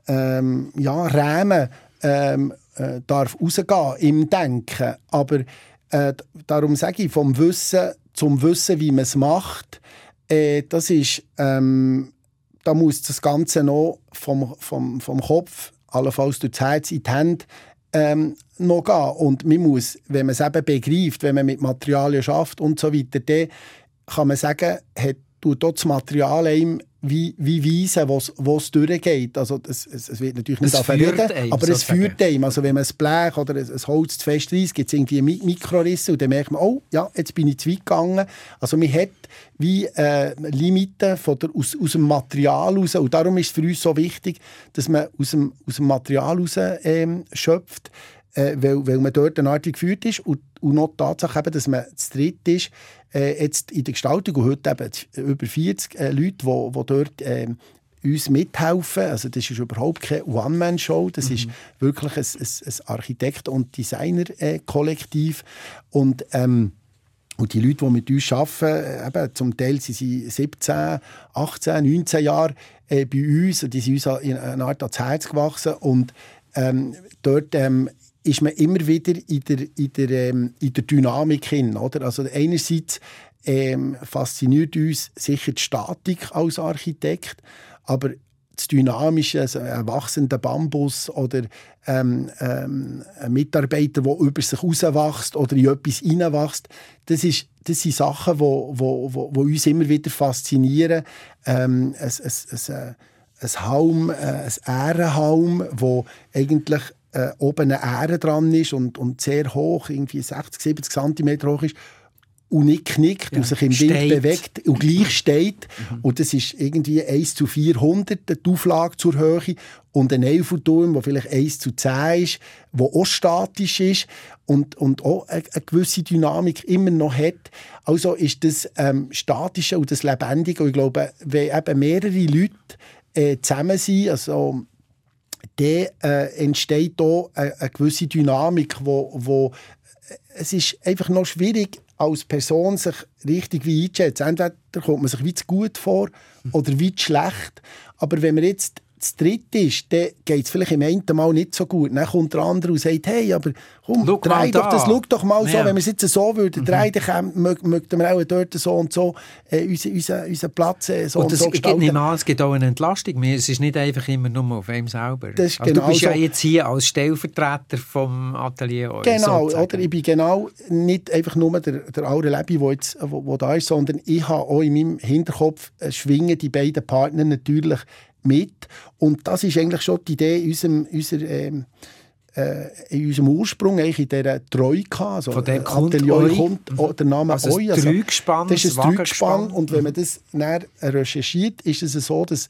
ähm, ja, Rahmen ähm, äh, darf rausgehen im Denken. Aber Äh, darum sage ich, vom Wissen zum Wissen, wie man es macht, äh, das ist, ähm, da muss das Ganze noch vom, vom, vom Kopf, allenfalls durch das Herz in die Hände, ähm, noch gehen. Und man muss, wenn man es eben begreift, wenn man mit Materialien schafft und so weiter, dann kann man sagen, hat, tut dort das Material einem wie, wie weisen, wo es durchgeht. Also es, es, es wird natürlich nicht reden, aber es führt einem. Also wenn man ein Blech oder ein, ein Holz zu fest reißt, gibt es irgendwie Mikrorisse und dann merkt man, oh, ja, jetzt bin ich zu weit gegangen. Also man hat wie äh, Limiten von der, aus, aus dem Material raus. Und darum ist es für uns so wichtig, dass man aus dem, aus dem Material raus ähm, schöpft, äh, weil, weil man dort eine Art geführt ist. Und, und noch die Tatsache, eben, dass man zu dritt ist, Äh, jetzt in der Gestaltung und heute eben über vierzig äh, Leute, die, die dort äh, uns mithelfen. Also das ist überhaupt keine One-Man-Show, das mhm. ist wirklich ein, ein, ein Architekt- und Designer-Kollektiv. Und, ähm, und die Leute, die mit uns arbeiten, eben, zum Teil sind sie siebzehn, achtzehn, neunzehn Jahre äh, bei uns und die sind uns in einer Art ans Herz gewachsen. Und ähm, dort ähm, ist man immer wieder in der, in der, ähm, in der Dynamik hin. Oder? Also einerseits ähm, fasziniert uns sicher die Statik als Architekt, aber das Dynamische, also ein wachsender Bambus oder ähm, ähm, ein Mitarbeiter, der über sich rauswächst oder in etwas hineinwächst, das, ist, das sind Sachen, die wo, wo, wo, wo uns immer wieder faszinieren. Ähm, ein, ein, ein, ein Halm, ein Ährenhalm, wo eigentlich Äh, oben eine Ähre dran ist und, und sehr hoch, irgendwie sechzig, siebzig Zentimeter hoch ist und nicht knickt ja, und sich im steht. Wind bewegt und gleich steht. Mhm. Und das ist irgendwie eins zu vierhundert, die Auflage zur Höhe. Und ein Eiffelturm, der vielleicht eins zu zehn ist, der auch statisch ist und, und auch eine, eine gewisse Dynamik immer noch hat. Also ist das ähm, Statische und das Lebendige. Und ich glaube, wenn eben mehrere Leute äh, zusammen sind, also dann äh, entsteht hier eine, eine gewisse Dynamik, wo, wo es ist einfach noch schwierig als Person sich richtig wie einzuschätzen. Entweder kommt man sich wie zu gut vor oder wie zu schlecht. Aber wenn man jetzt zu dritt ist, dann geht es vielleicht im einen Mal nicht so gut. Dann kommt der andere und sagt, hey, aber komm, schau dreh doch da. das, schau doch mal ja. so. Wenn wir es jetzt so würden, mhm. drehen, dann möchten wir auch dort so und so äh, unseren, unseren, unseren Platz äh, so und, und so gestalten. Gibt nicht, es gibt auch eine Entlastung. Es ist nicht einfach immer nur auf einem selber. Also genau du bist so. ja jetzt hier als Stellvertreter vom Atelier. Genau, sozusagen. oder? Ich bin genau nicht einfach nur der, der Aurel Abbey, der jetzt wo, wo da ist, sondern ich habe auch in meinem Hinterkopf äh, schwingen die beiden Partner natürlich mit. Und das ist eigentlich schon die Idee in unserem, unser, ähm, äh, in unserem Ursprung, eigentlich in dieser Troika. Also, von dem kommt Atelier kommt mhm. der Name also Oeil. Also das ist ein Dreigespann. Und wenn man das dann recherchiert, ist es so, dass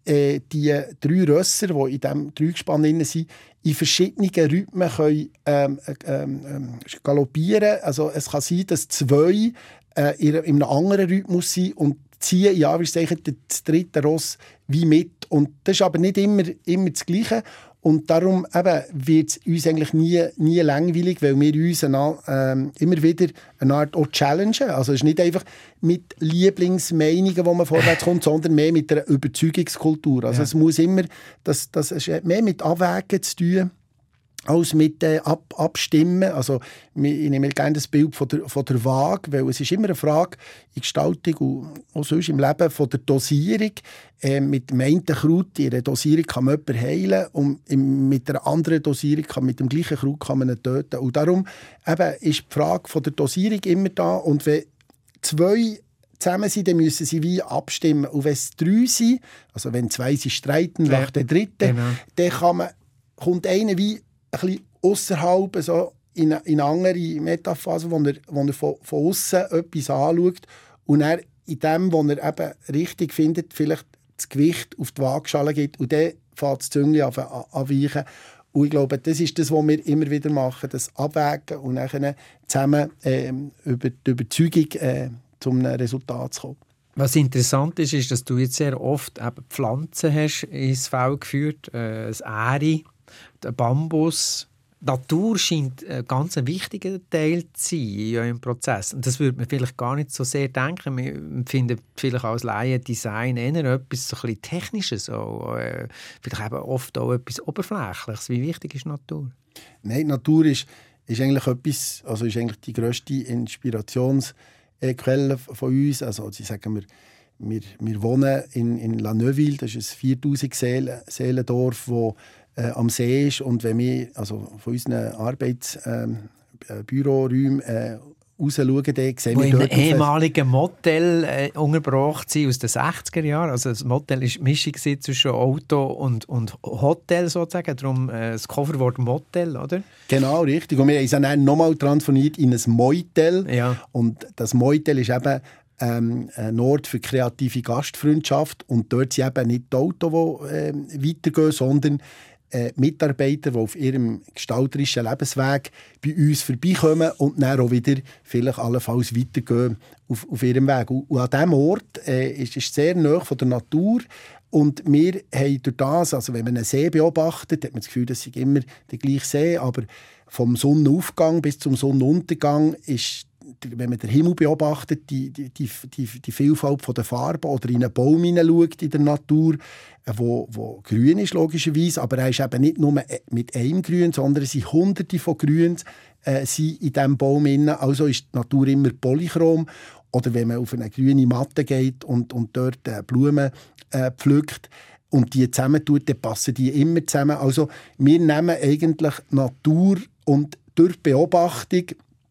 äh, die drei Rösser, die in diesem Dreigespann sind, in verschiedenen Rhythmen können, ähm, ähm, ähm, galoppieren. Also es kann sein, dass zwei äh, in einem anderen Rhythmus sind und ziehen, ja, wie sagen, das dritte Ross wie mit. Und das ist aber nicht immer, immer das Gleiche. Und darum wird es uns eigentlich nie, nie langweilig, weil wir uns eine, ähm, immer wieder eine Art auch challengen. Also es ist nicht einfach mit Lieblingsmeinungen, wo man vorwärts kommt, sondern mehr mit einer Überzeugungskultur. Also ja. Es muss immer, das, das ist mehr mit Abwägen zu tun, als mit äh, ab, Abstimmen. Also, ich nehme gerne das Bild von der, von der Waage, weil es ist immer eine Frage in Gestaltung und auch sonst im Leben von der Dosierung. Äh, mit dem einen Kraut, in einer Dosierung kann man jemanden heilen und im, mit einer anderen Dosierung, kann, mit dem gleichen Kraut kann man ihn töten. Und darum eben, ist die Frage von der Dosierung immer da. Und wenn zwei zusammen sind, dann müssen sie wie abstimmen. Und wenn es drei sind, also wenn zwei sich streiten, ja. nach der dritten, genau. dann kann man, kommt einer wie ein bisschen ausserhalb, so in eine, in eine andere Metaphase, wo er, wo er von, von außen etwas anschaut und er in dem, was er eben richtig findet, vielleicht das Gewicht auf die Waagschale gibt und dann fängt das Zünglein an anweichen. Und ich glaube, das ist das, was wir immer wieder machen, das Abwägen und dann zusammen äh, über die Überzeugung äh, zu einem Resultat zu kommen. Was interessant ist, ist, dass du jetzt sehr oft eben Pflanzen hast ins Feld geführt, äh, das Ähre, der Bambus. Die Natur scheint ein ganz wichtiger Teil zu sein in eurem Prozess. Und das würde man vielleicht gar nicht so sehr denken. Wir empfinden vielleicht als Laien Design eher etwas so ein bisschen Technisches, auch, äh, vielleicht eben oft auch etwas Oberflächliches. Wie wichtig ist Natur? Nein, die Natur ist, ist eigentlich etwas, also ist eigentlich die grösste Inspirationsquelle von uns. Also, sie sagen wir, wir, wir wohnen in, in La Neuville, das ist ein viertausend Seelendorf, wo Äh, am See ist. Und wenn wir also von unseren Arbeitsbüroräumen äh, raus schauen, dann sehen wo wir dort... Wo in einem ehemaligen Motel äh, untergebracht sind aus den sechziger Jahren. Also das Motel war eine Mischung zwischen Auto und, und Hotel sozusagen. Darum äh, das Coverwort Motel, oder? Genau, richtig. Und wir haben es dann nochmal transformiert in ein Moitel. Ja. Und das Moitel ist eben Ähm, ein Ort für kreative Gastfreundschaft. Und dort sind eben nicht die Autos, die äh, weitergehen, sondern äh, Mitarbeiter, die auf ihrem gestalterischen Lebensweg bei uns vorbeikommen und dann auch wieder vielleicht allenfalls weitergehen auf, auf ihrem Weg. Und, und an diesem Ort äh, ist es sehr nahe von der Natur. Und wir haben durch das, also wenn man einen See beobachtet, hat man das Gefühl, das ist immer der gleiche See, aber vom Sonnenaufgang bis zum Sonnenuntergang ist, wenn man den Himmel beobachtet, die, die, die, die Vielfalt der Farben oder in einen Baum hineinschaut in der Natur, wo, wo grün ist, logischerweise, aber er ist eben nicht nur mit einem Grün, sondern es sind hunderte von Grüns äh, sind in diesem Baum drin. Also ist die Natur immer polychrom. Oder wenn man auf eine grüne Matte geht und, und dort äh, Blumen äh, pflückt und die zusammentut, dann passen die immer zusammen. Also wir nehmen eigentlich Natur und durch Beobachtung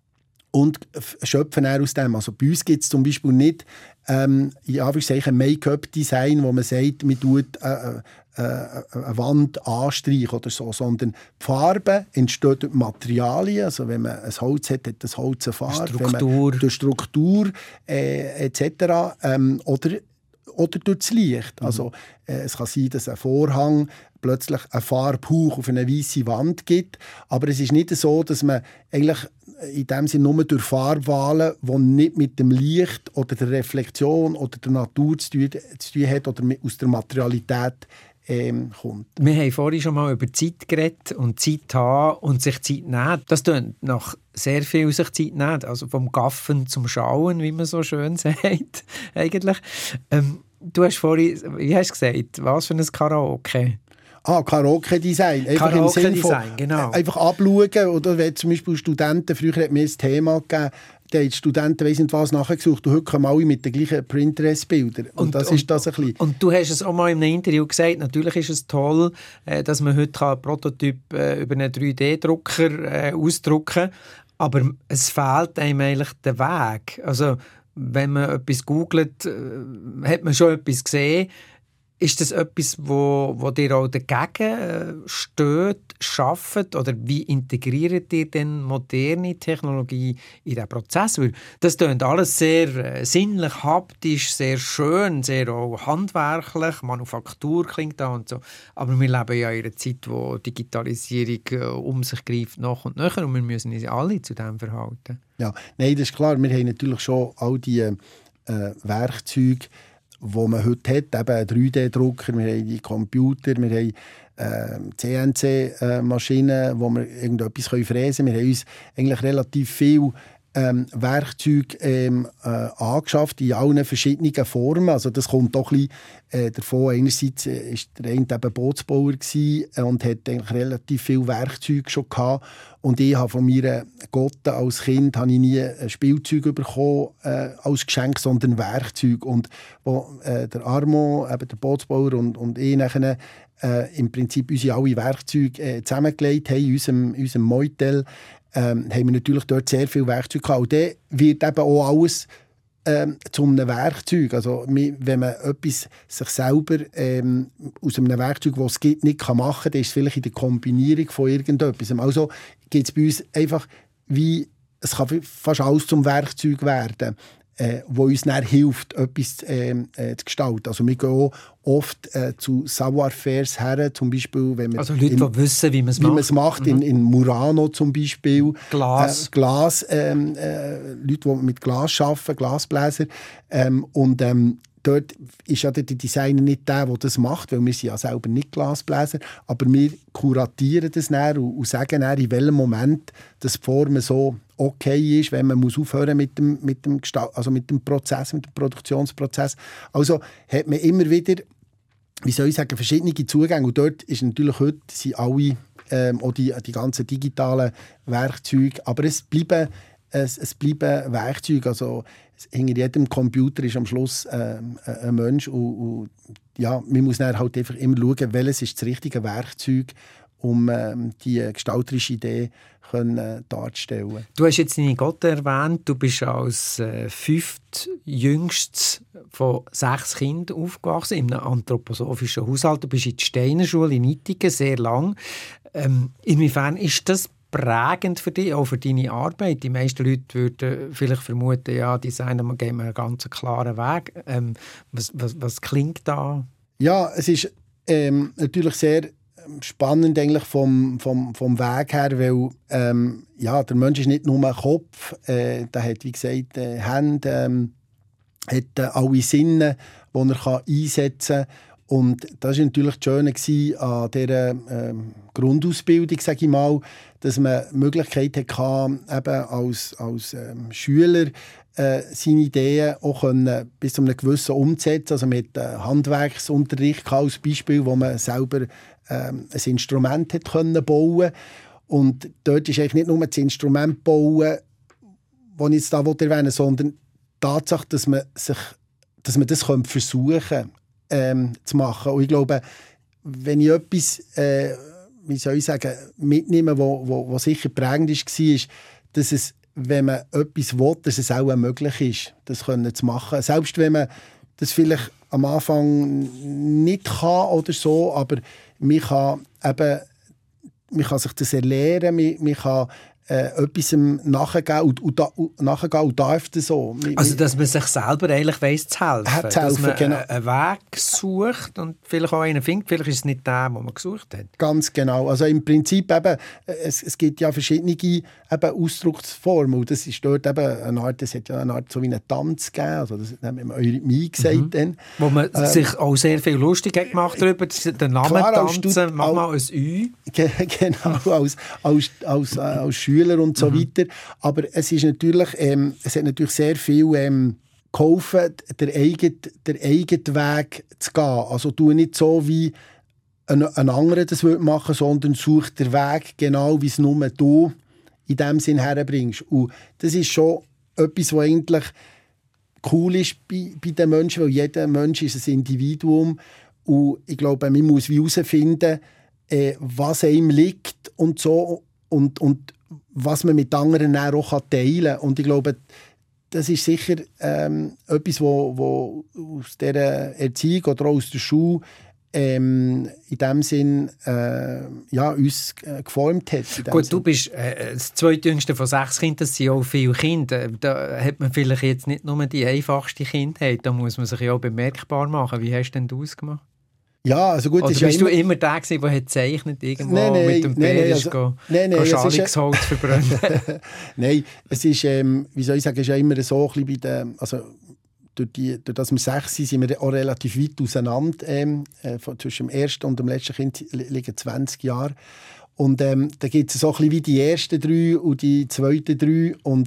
und schöpfen auch aus dem. Also bei uns gibt es zum Beispiel nicht ähm, ja, ein Make-up-Design, wo man sagt, man tut äh, äh, eine Wand anstreichen oder so, sondern die Farbe entsteht durch Materialien. Also wenn man ein Holz hat, hat das Holz eine Farbe. Struktur. Wenn man durch Struktur äh, et cetera. Ähm, oder oder durch das Licht. Mhm. Also, äh, es kann sein, dass ein Vorhang plötzlich einen Farbhauch auf eine weiße Wand gibt. Aber es ist nicht so, dass man eigentlich in dem Sinne nur durch Farbwahlen, die nicht mit dem Licht oder der Reflexion oder der Natur zu tun, zu tun hat oder mit, aus der Materialität ähm, kommt. Wir haben vorhin schon mal über Zeit geredet und Zeit haben und sich Zeit nehmen. Das tönt nach sehr viel sich Zeit nehmen. Also vom Gaffen zum Schauen, wie man so schön sagt, eigentlich. Ähm, du hast vorhin, wie hast du gesagt, was für ein Karaoke? Ah, Karaoke-Design. Einfach Karaoke-Design, genau. Einfach abschauen. Oder wenn zum Beispiel Studenten, früher hat mir ein Thema gegeben, da haben die Studenten weiss nicht was nachgesucht und heute kommen alle mit den gleichen Pinterest-Bildern. Und, und das und, ist das ein bisschen. Und du hast es auch mal in einem Interview gesagt, natürlich ist es toll, dass man heute einen Prototyp über einen drei D Drucker ausdrucken kann, aber es fehlt einem eigentlich der Weg. Also wenn man etwas googelt, hat man schon etwas gesehen. Ist das etwas, wo, wo dir auch dagegen steht, schafft? Oder wie integriert ihr denn moderne Technologie in diesen Prozess? Weil das klingt alles sehr sinnlich, haptisch, sehr schön, sehr auch handwerklich, Manufaktur klingt da und so. Aber wir leben ja in einer Zeit, wo Digitalisierung äh, um sich greift, nach und nach, und wir müssen uns alle zu dem verhalten. Ja, nein, das ist klar. Wir haben natürlich schon all die äh, Werkzeuge, die man heute hat, eben einen drei D Drucker, wir haben die Computer, wir haben äh, C N C-Maschinen, wo wir irgendetwas fräsen können. Wir haben uns eigentlich relativ viel ähm, Werkzeuge ähm, äh, angeschafft, in allen verschiedenen Formen. Also das kommt doch ein bisschen äh, davon. Einerseits war äh, der eine eben Bootsbauer gewesen, äh, und hat eigentlich relativ viele Werkzeuge schon gehabt. Und ich habe von meiner Gotte als Kind habe ich nie ein Spielzeug bekommen, äh, als Geschenk, sondern Werkzeug. Und wo äh, der Armo, eben der Bootsbauer und, und ich nachher, äh, im Prinzip unsere alle Werkzeuge äh, zusammengelegt haben, in unserem, in unserem Moitel, ähm, haben wir natürlich dort sehr viel Werkzeug gehabt. Und dann wird eben auch alles ähm, zu einem Werkzeug. Also wenn man etwas sich selber ähm, aus einem Werkzeug, das es gibt, nicht kann machen kann, dann ist es vielleicht in der Kombinierung von irgendetwas. Also gibt es bei uns einfach wie, es kann fast alles zum Werkzeug werden, äh, wo uns dann hilft, etwas äh, äh, zu gestalten. Also wir gehen auch oft äh, zu Savoir-Fairs her, zum Beispiel, wenn wir also Leute, in, die wissen, wie man es macht. macht mhm. in, in Murano zum Beispiel. Glas. Äh, Glas ähm, äh, Leute, die mit Glas arbeiten, Glasbläser. Ähm, und ähm, dort ist ja der Designer nicht der, der das macht, weil wir sind ja selber nicht Glasbläser, aber wir kuratieren das dann und, und sagen dann, in welchem Moment das die Form so okay ist, wenn man muss aufhören mit dem, mit dem, also mit dem Prozess, mit dem Produktionsprozess. Also hat man immer wieder, wie soll ich sagen, verschiedene Zugänge. Und dort ist natürlich heute, sind alle, ähm, auch die, die ganzen digitalen Werkzeuge, aber es bleiben, es, es bleiben Werkzeuge. Also hinter jedem Computer ist am Schluss ähm, ein Mensch. Und, und ja, man muss dann halt einfach immer schauen, welches ist das richtige Werkzeug, um ähm, die gestalterische Idee können, äh, darzustellen. Du hast jetzt deine Gotte erwähnt. Du bist als äh, fünftjüngstes von sechs Kindern aufgewachsen, in einem anthroposophischen Haushalt. Du bist in der Steinerschule in Ittigen sehr lang. Ähm, inwiefern ist das prägend für dich, auch für deine Arbeit? Die meisten Leute würden vielleicht vermuten, ja, Designer gehen einen ganz klaren Weg. Ähm, was, was, was klingt da? Ja, es ist ähm, natürlich sehr spannend eigentlich vom, vom, vom Weg her, weil ähm, ja, der Mensch ist nicht nur ein Kopf, äh, der hat, wie gesagt, äh, Hände, ähm, hat äh, alle Sinne, die er kann einsetzen kann. Und das war natürlich das Schöne an dieser ähm, Grundausbildung, sage ich mal, dass man die Möglichkeit hatte, eben als, als ähm, Schüler äh, seine Ideen auch können, bis zu einem gewissen umzusetzen. Also mit äh, Handwerksunterricht als Beispiel, wo man selber ähm, ein Instrument hat können bauen. Und dort ist eigentlich nicht nur das Instrument bauen, das ich jetzt da erwähnen will, sondern die Tatsache, dass man, sich, dass man das versuchen kann, ähm, zu machen. Und ich glaube, wenn ich etwas, äh, wie soll ich sagen, mitnehme, wo, wo, wo sicher prägend war, ist, dass es, wenn man etwas will, dass es auch möglich ist, das können zu machen. Selbst wenn man das vielleicht am Anfang nicht kann oder so, aber man kann, eben, man kann sich das erlernen, man, man kann äh, etwas nachgehen und, und, und, nachgehen und darf das so. Also, dass man sich selber eigentlich weiss, zu helfen. Hat zu helfen, dass man genau. einen Weg sucht und vielleicht auch einen findet. Vielleicht ist es nicht der, den man gesucht hat. Ganz genau. Also im Prinzip eben, es, es gibt ja verschiedene eben Ausdrucksformen. Und das ist dort eben eine Art, es hat ja eine Art so wie einen Tanz gegeben. Also das haben wir Eurythmie gesagt. Mhm. Dann. Wo man ähm, sich auch sehr viel lustig hat gemacht darüber, den Namen klar, tanzen, mach mal ein Ü. Genau, als, als, als, als Schüler und so mhm. weiter. Aber es ist natürlich, ähm, es hat natürlich sehr viel ähm, geholfen, den eigenen, den eigenen Weg zu gehen. Also tu nicht so, wie ein, ein anderer das machen würde, sondern such den Weg genau, wie es nur du in dem Sinn herbringst. Und das ist schon etwas, was eigentlich cool ist bei, bei den Menschen, weil jeder Mensch ist ein Individuum. Und ich glaube, man muss herausfinden, äh, was einem liegt und so und, und was man mit anderen auch teilen kann. Und ich glaube, das ist sicher ähm, etwas, wo, wo aus dieser Erziehung oder auch aus der Schule ähm, in dem Sinn äh, ja, uns äh, geformt hat. Gut, Sinn. Du bist äh, das zweitjüngste von sechs Kindern, das sind auch viele Kinder. Da hat man vielleicht jetzt nicht nur die einfachste Kindheit, da muss man sich ja auch bemerkbar machen. Wie hast du denn das gemacht? Ja, also gut, Oder ist bist ja du immer der gewesen, der hat gezeichnet, irgendwo nein, nein, mit dem nein, Bär nein, ist also, go, nein, nein, go ist Schalungsholz verbrennen? Nein, es ist, ähm, wie soll ich sagen, es ist ja immer so, ein bisschen bei den, also durch, die, durch das wir sechs sind, sind wir auch relativ weit auseinander. Ähm, äh, von, zwischen dem ersten und dem letzten Kind liegen zwanzig Jahre. Und ähm, da gibt es so ein bisschen wie die ersten drei und die zweiten drei. Und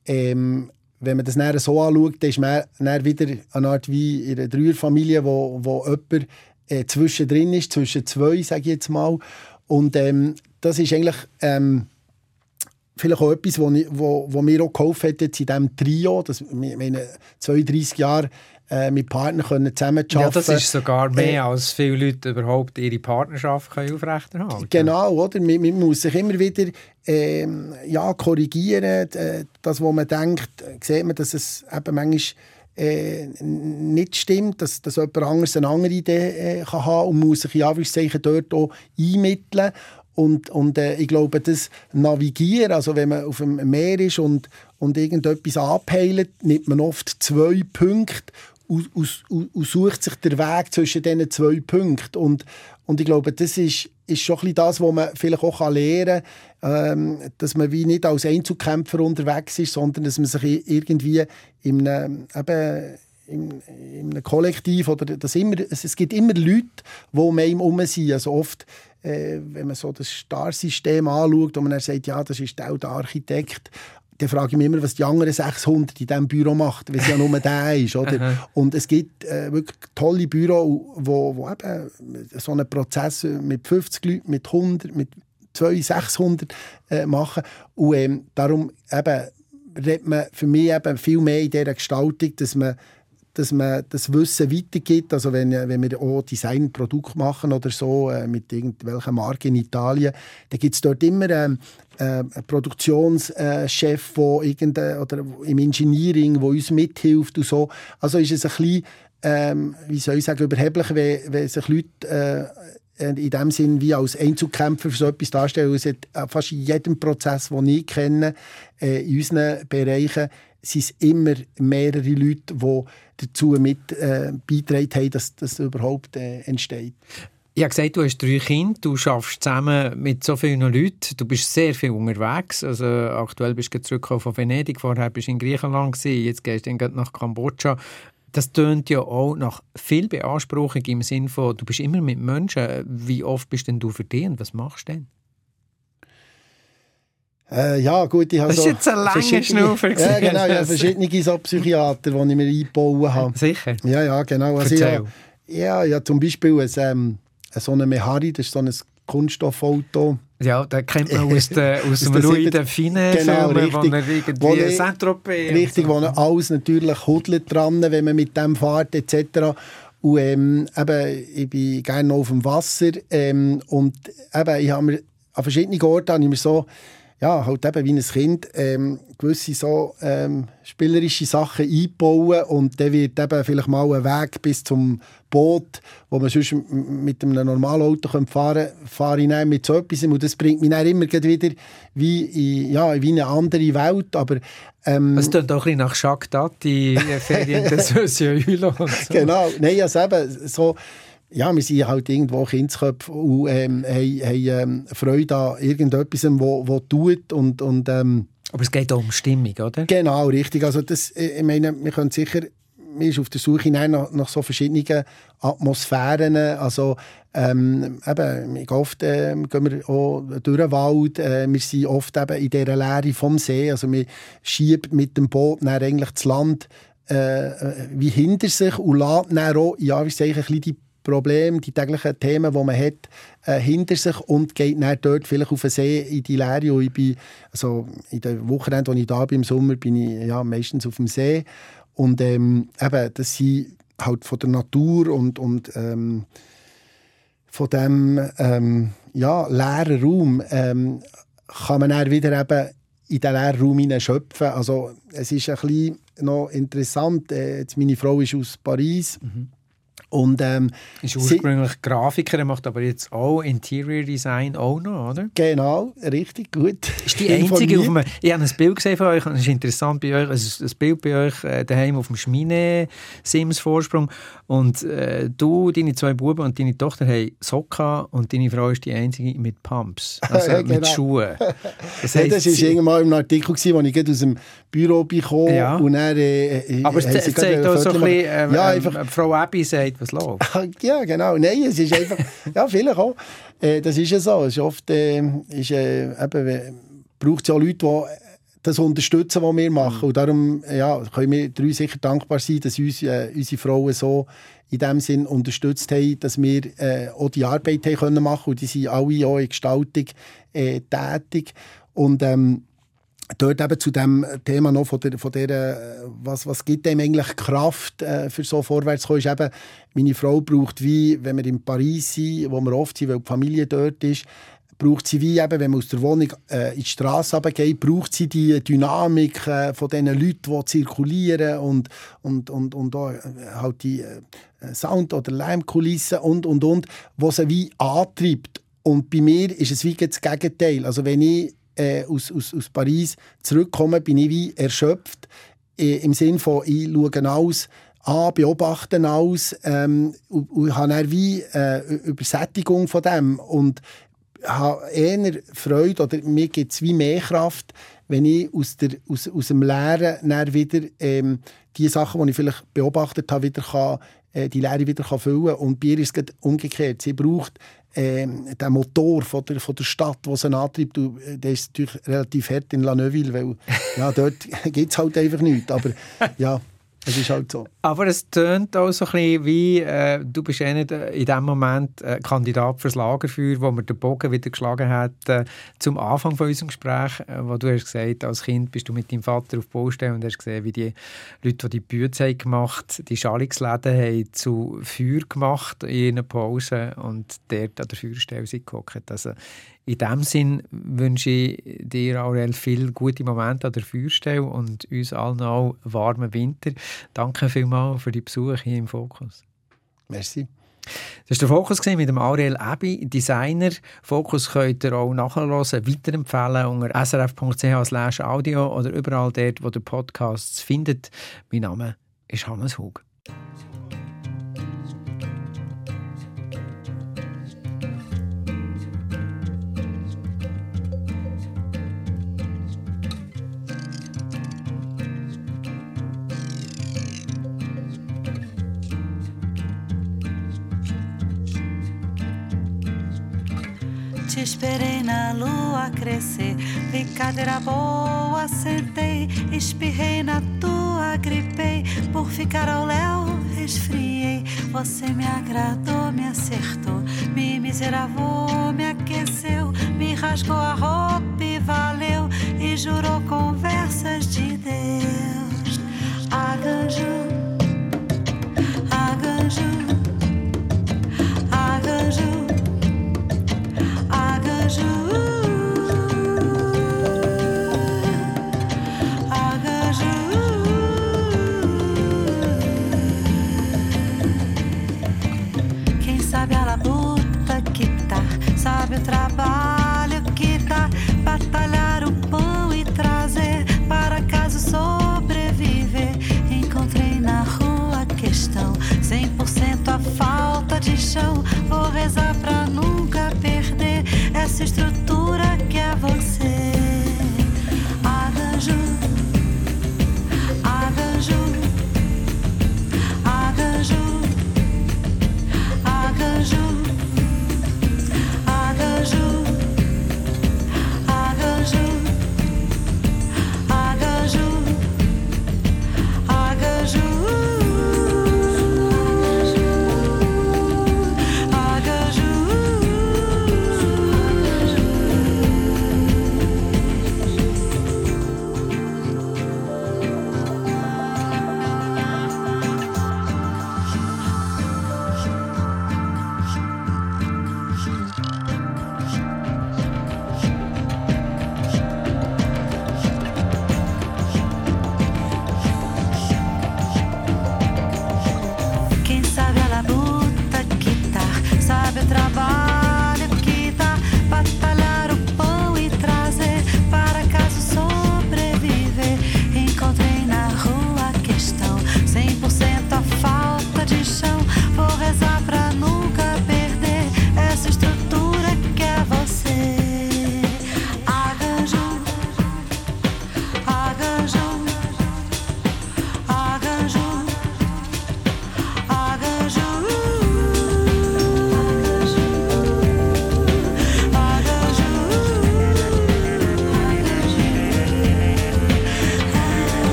ähm, wenn man das dann so anschaut, dann ist man dann wieder eine Art wie in einer Dreierfamilie, wo, wo jemand äh, zwischendrin ist, zwischen zwei, sage ich jetzt mal. Und ähm, das ist eigentlich ähm, vielleicht auch etwas, wo, wo, wo mir auch geholfen hat jetzt in diesem Trio, dass wir meine zweiunddreissig Jahre äh, mit Partnern können zusammen arbeiten. Ja, das ist sogar mehr, äh, als viele Leute überhaupt ihre Partnerschaft können aufrechterhalten. Genau, oder? Man, man muss sich immer wieder äh, ja, korrigieren. Äh, das, was man denkt, sieht man, dass es eben manchmal äh, nicht stimmt, dass, dass jemand anderes eine andere Idee äh, kann haben und muss sich in Anführungszeichen dort auch einmitteln. Und, und äh, ich glaube, das Navigieren, also wenn man auf dem Meer ist und, und irgendetwas abheilt, nimmt man oft zwei Punkte und, und, und sucht sich den Weg zwischen diesen zwei Punkten. Und, und ich glaube, das ist, ist schon ein bisschen das, was man vielleicht auch lernen kann, ähm, dass man wie nicht als Einzelkämpfer unterwegs ist, sondern dass man sich irgendwie in einem, eben, in, in einem Kollektiv oder dass immer, es gibt immer Leute, die um einen herum sind. Also oft, äh, wenn man so das Star-System anschaut und man dann sagt, ja, das ist auch der Architekt, dann frage ich mich immer, was die anderen sechshundert in diesem Büro macht, weil es ja nur der ist. Oder? Und es gibt äh, wirklich tolle Büros, wo, wo eben so einen Prozess mit fünfzig Leuten, mit hundert, mit zweihundert, sechshundert äh, machen. Und ähm, darum eben, redet man für mich eben viel mehr in dieser Gestaltung, dass man dass man das Wissen weitergibt. Also wenn, wenn wir auch Designprodukte machen oder so, äh, mit irgendwelchen Marken in Italien, dann gibt es dort immer ähm, äh, einen Produktionschef, der irgende, oder im Engineering, der uns mithilft und so. Also ist es ein bisschen, ähm, wie soll ich sagen, überheblich, wenn, wenn sich Leute äh, in dem Sinn wie als Einzelkämpfer für so etwas darstellen. Es hat fast in jedem Prozess, den ich kenne, äh, in unseren Bereichen, sind es immer mehrere Leute, die dazu mit äh, beigetragen haben, dass das überhaupt äh, entsteht. Ich habe gesagt, du hast drei Kinder, du arbeitest zusammen mit so vielen Leuten, du bist sehr viel unterwegs. Also, aktuell bist du zurückgekommen von Venedig, vorher bist du in Griechenland gewesen, jetzt gehst du dann nach Kambodscha. Das tönt ja auch nach viel Beanspruchung im Sinne von, du bist immer mit Menschen. Wie oft bist denn du für dich und was machst du denn? Äh, ja, gut, ich habe das ist so jetzt ein langer Schnaufer. Ja, genau, ich habe verschiedene so Psychiater, die ich mir eingebaut habe. Sicher? Ja, ja, genau. Also Erzähl. Ja, ja, zum Beispiel ein, ähm, so eine Mehari, das ist so ein Kunststoffauto. Ja, den kennt man aus, de, aus dem Louis de Fine genau, Filmen, richtig, wo er irgendwie Saint-Tropez... Richtig, so. wo er alles natürlich hudelt dran, wenn man mit dem fährt, et cetera. Und ähm, eben, ich bin gerne auf dem Wasser. Ähm, und eben, ich habe mir an verschiedenen Orten habe ich mir so, ja, halt eben wie ein Kind, ähm, gewisse so ähm, spielerische Sachen einbauen und dann wird eben vielleicht mal ein Weg bis zum Boot, wo man sonst mit einem normalen Auto fahren kann, fahre ich dann mit so etwas und das bringt mich dann immer wieder wie in, ja, wie in eine andere Welt, aber ähm, es klingt auch ein bisschen nach Jacques Tati, Ferien des Monsieur Hulot. So. Genau, nein, also eben so. Ja, wir sind halt irgendwo Kindsköpfe und ähm, haben, haben ähm, Freude an irgendetwas, was tut. Und, und, ähm, aber es geht auch um Stimmung, oder? Genau, richtig. Also das, ich meine, wir können sicher, wir sind auf der Suche nach, nach so verschiedenen Atmosphären. Also ähm, eben, oft äh, gehen wir auch durch den Wald. Äh, wir sind oft eben in dieser Leere vom See. Also wir schieben mit dem Boot dann eigentlich das Land äh, wie hinter sich und laden dann auch, ja, wie sage ich, ein bisschen die Probleme, die täglichen Themen, die man hat, äh, hinter sich und geht dann dort vielleicht auf den See in die Leere. Und ich bin, also in den Wochenenden, als ich da bin, im Sommer, bin ich ja, meistens auf dem See. Und ähm, eben, das sind halt von der Natur und, und ähm, von diesem ähm, ja, leeren Raum ähm, kann man dann wieder eben in den leeren Raum hinein schöpfen. Also es ist ein bisschen noch interessant. Äh, jetzt meine Frau ist aus Paris. Mhm. Und, ähm, ist ursprünglich sie, Grafiker, macht aber jetzt auch Interior Design auch noch, oder? Genau, richtig gut. Ist die einzige auf einem, ich habe ein Bild gesehen von euch, und es ist interessant bei euch, es ist ein Bild bei euch äh, daheim auf dem Schmine-Sims-Vorsprung und äh, du, deine zwei Buben und deine Tochter haben Socken und deine Frau ist die einzige mit Pumps, also ja, genau. mit Schuhen. Das, heisst, ja, das war irgendwann im Artikel, als ich aus dem Büro kam. Ja. Und dann, äh, aber es ze- zeigt auch so ein bisschen, äh, ja, einfach, äh, Frau Abby sagt, was läuft. Ja, genau. Nein, es ist einfach, ja, vielleicht auch. Äh, das ist ja so. Es ist oft, äh, ist, äh, eben, braucht es ja Leute, die das unterstützen, was wir machen. Und darum ja, können wir drei sicher dankbar sein, dass uns äh, unsere Frauen so in dem Sinn unterstützt haben, dass wir äh, auch die Arbeit haben können machen. Und die sind alle auch in Gestaltung äh, tätig. Und ähm, dort eben zu dem Thema noch von der, von der was, was gibt dem eigentlich Kraft äh, für so vorwärts zu kommen, ist eben, meine Frau braucht wie, wenn wir in Paris sind, wo wir oft sind, weil die Familie dort ist, braucht sie wie eben, wenn man aus der Wohnung äh, in die Straße runtergeht, braucht sie die Dynamik äh, von diesen Leuten, die zirkulieren und, und, und, und auch, äh, halt die äh, Sound- oder Lärmkulissen und, und, und, was sie wie antreibt. Und bei mir ist es wie das Gegenteil. Also wenn ich Äh, aus, aus, aus Paris zurückkommen, bin ich wie erschöpft. Äh, Im Sinne von, ich schaue alles an, beobachte alles ähm, und, und habe dann wie äh, Übersättigung von dem. Und habe eher Freude, oder mir gibt es wie mehr Kraft, wenn ich aus, der, aus, aus dem Lehren dann wieder ähm, die Sachen, die ich vielleicht beobachtet habe, wieder kann, äh, die Lehre wieder kann füllen kann. Und bei ihr ist es umgekehrt. Sie braucht Ähm, der Motor von der, von der Stadt, der sie antreibt, der ist natürlich relativ hart in La Neuville, weil ja, dort gibt es halt einfach nichts. Aber ja, es ist halt so. Aber es tönt auch so ein bisschen wie, äh, du bist in dem Moment äh, Kandidat fürs Lagerfeuer, wo man den Bogen wieder geschlagen hat, äh, zum Anfang von unserem Gespräch, äh, wo du hast gesagt, als Kind bist du mit deinem Vater auf die Baustelle und hast gesehen, wie die Leute, die die Bütze gemacht haben, die Schalungsläden haben zu Feuer gemacht in ihren Pausen und dort an der Feuerstelle sind gehockt. Also in diesem Sinn wünsche ich dir, Aurel, viele gute Momente an der Feuerstelle und uns allen auch warmen Winter. Danke vielmals für die Besuche hier im Fokus. Merci. Das war der Fokus mit dem Aurel Abbey, Designer. Fokus könnt ihr auch nachhören, weiterempfehlen unter s r f punkt c h slash audio oder überall dort, wo ihr Podcasts findet. Mein Name ist Hannes Hug. Te esperei na lua crescer, brincadeira boa, sentei, espirrei na tua, gripei, por ficar ao léu, resfriei. Você me agradou, me acertou, me miseravou, me aqueceu, me rasgou a roupa e valeu, e jurou conversas de Deus. Arranjo, arranjo, arranjo. Quem sabe a labuta que tá, sabe o trabalho que dá, batalhar o pão e trazer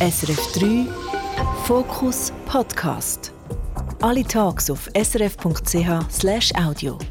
S R F drei Fokus Podcast. Alle Tags auf srf punkt c h slash audio.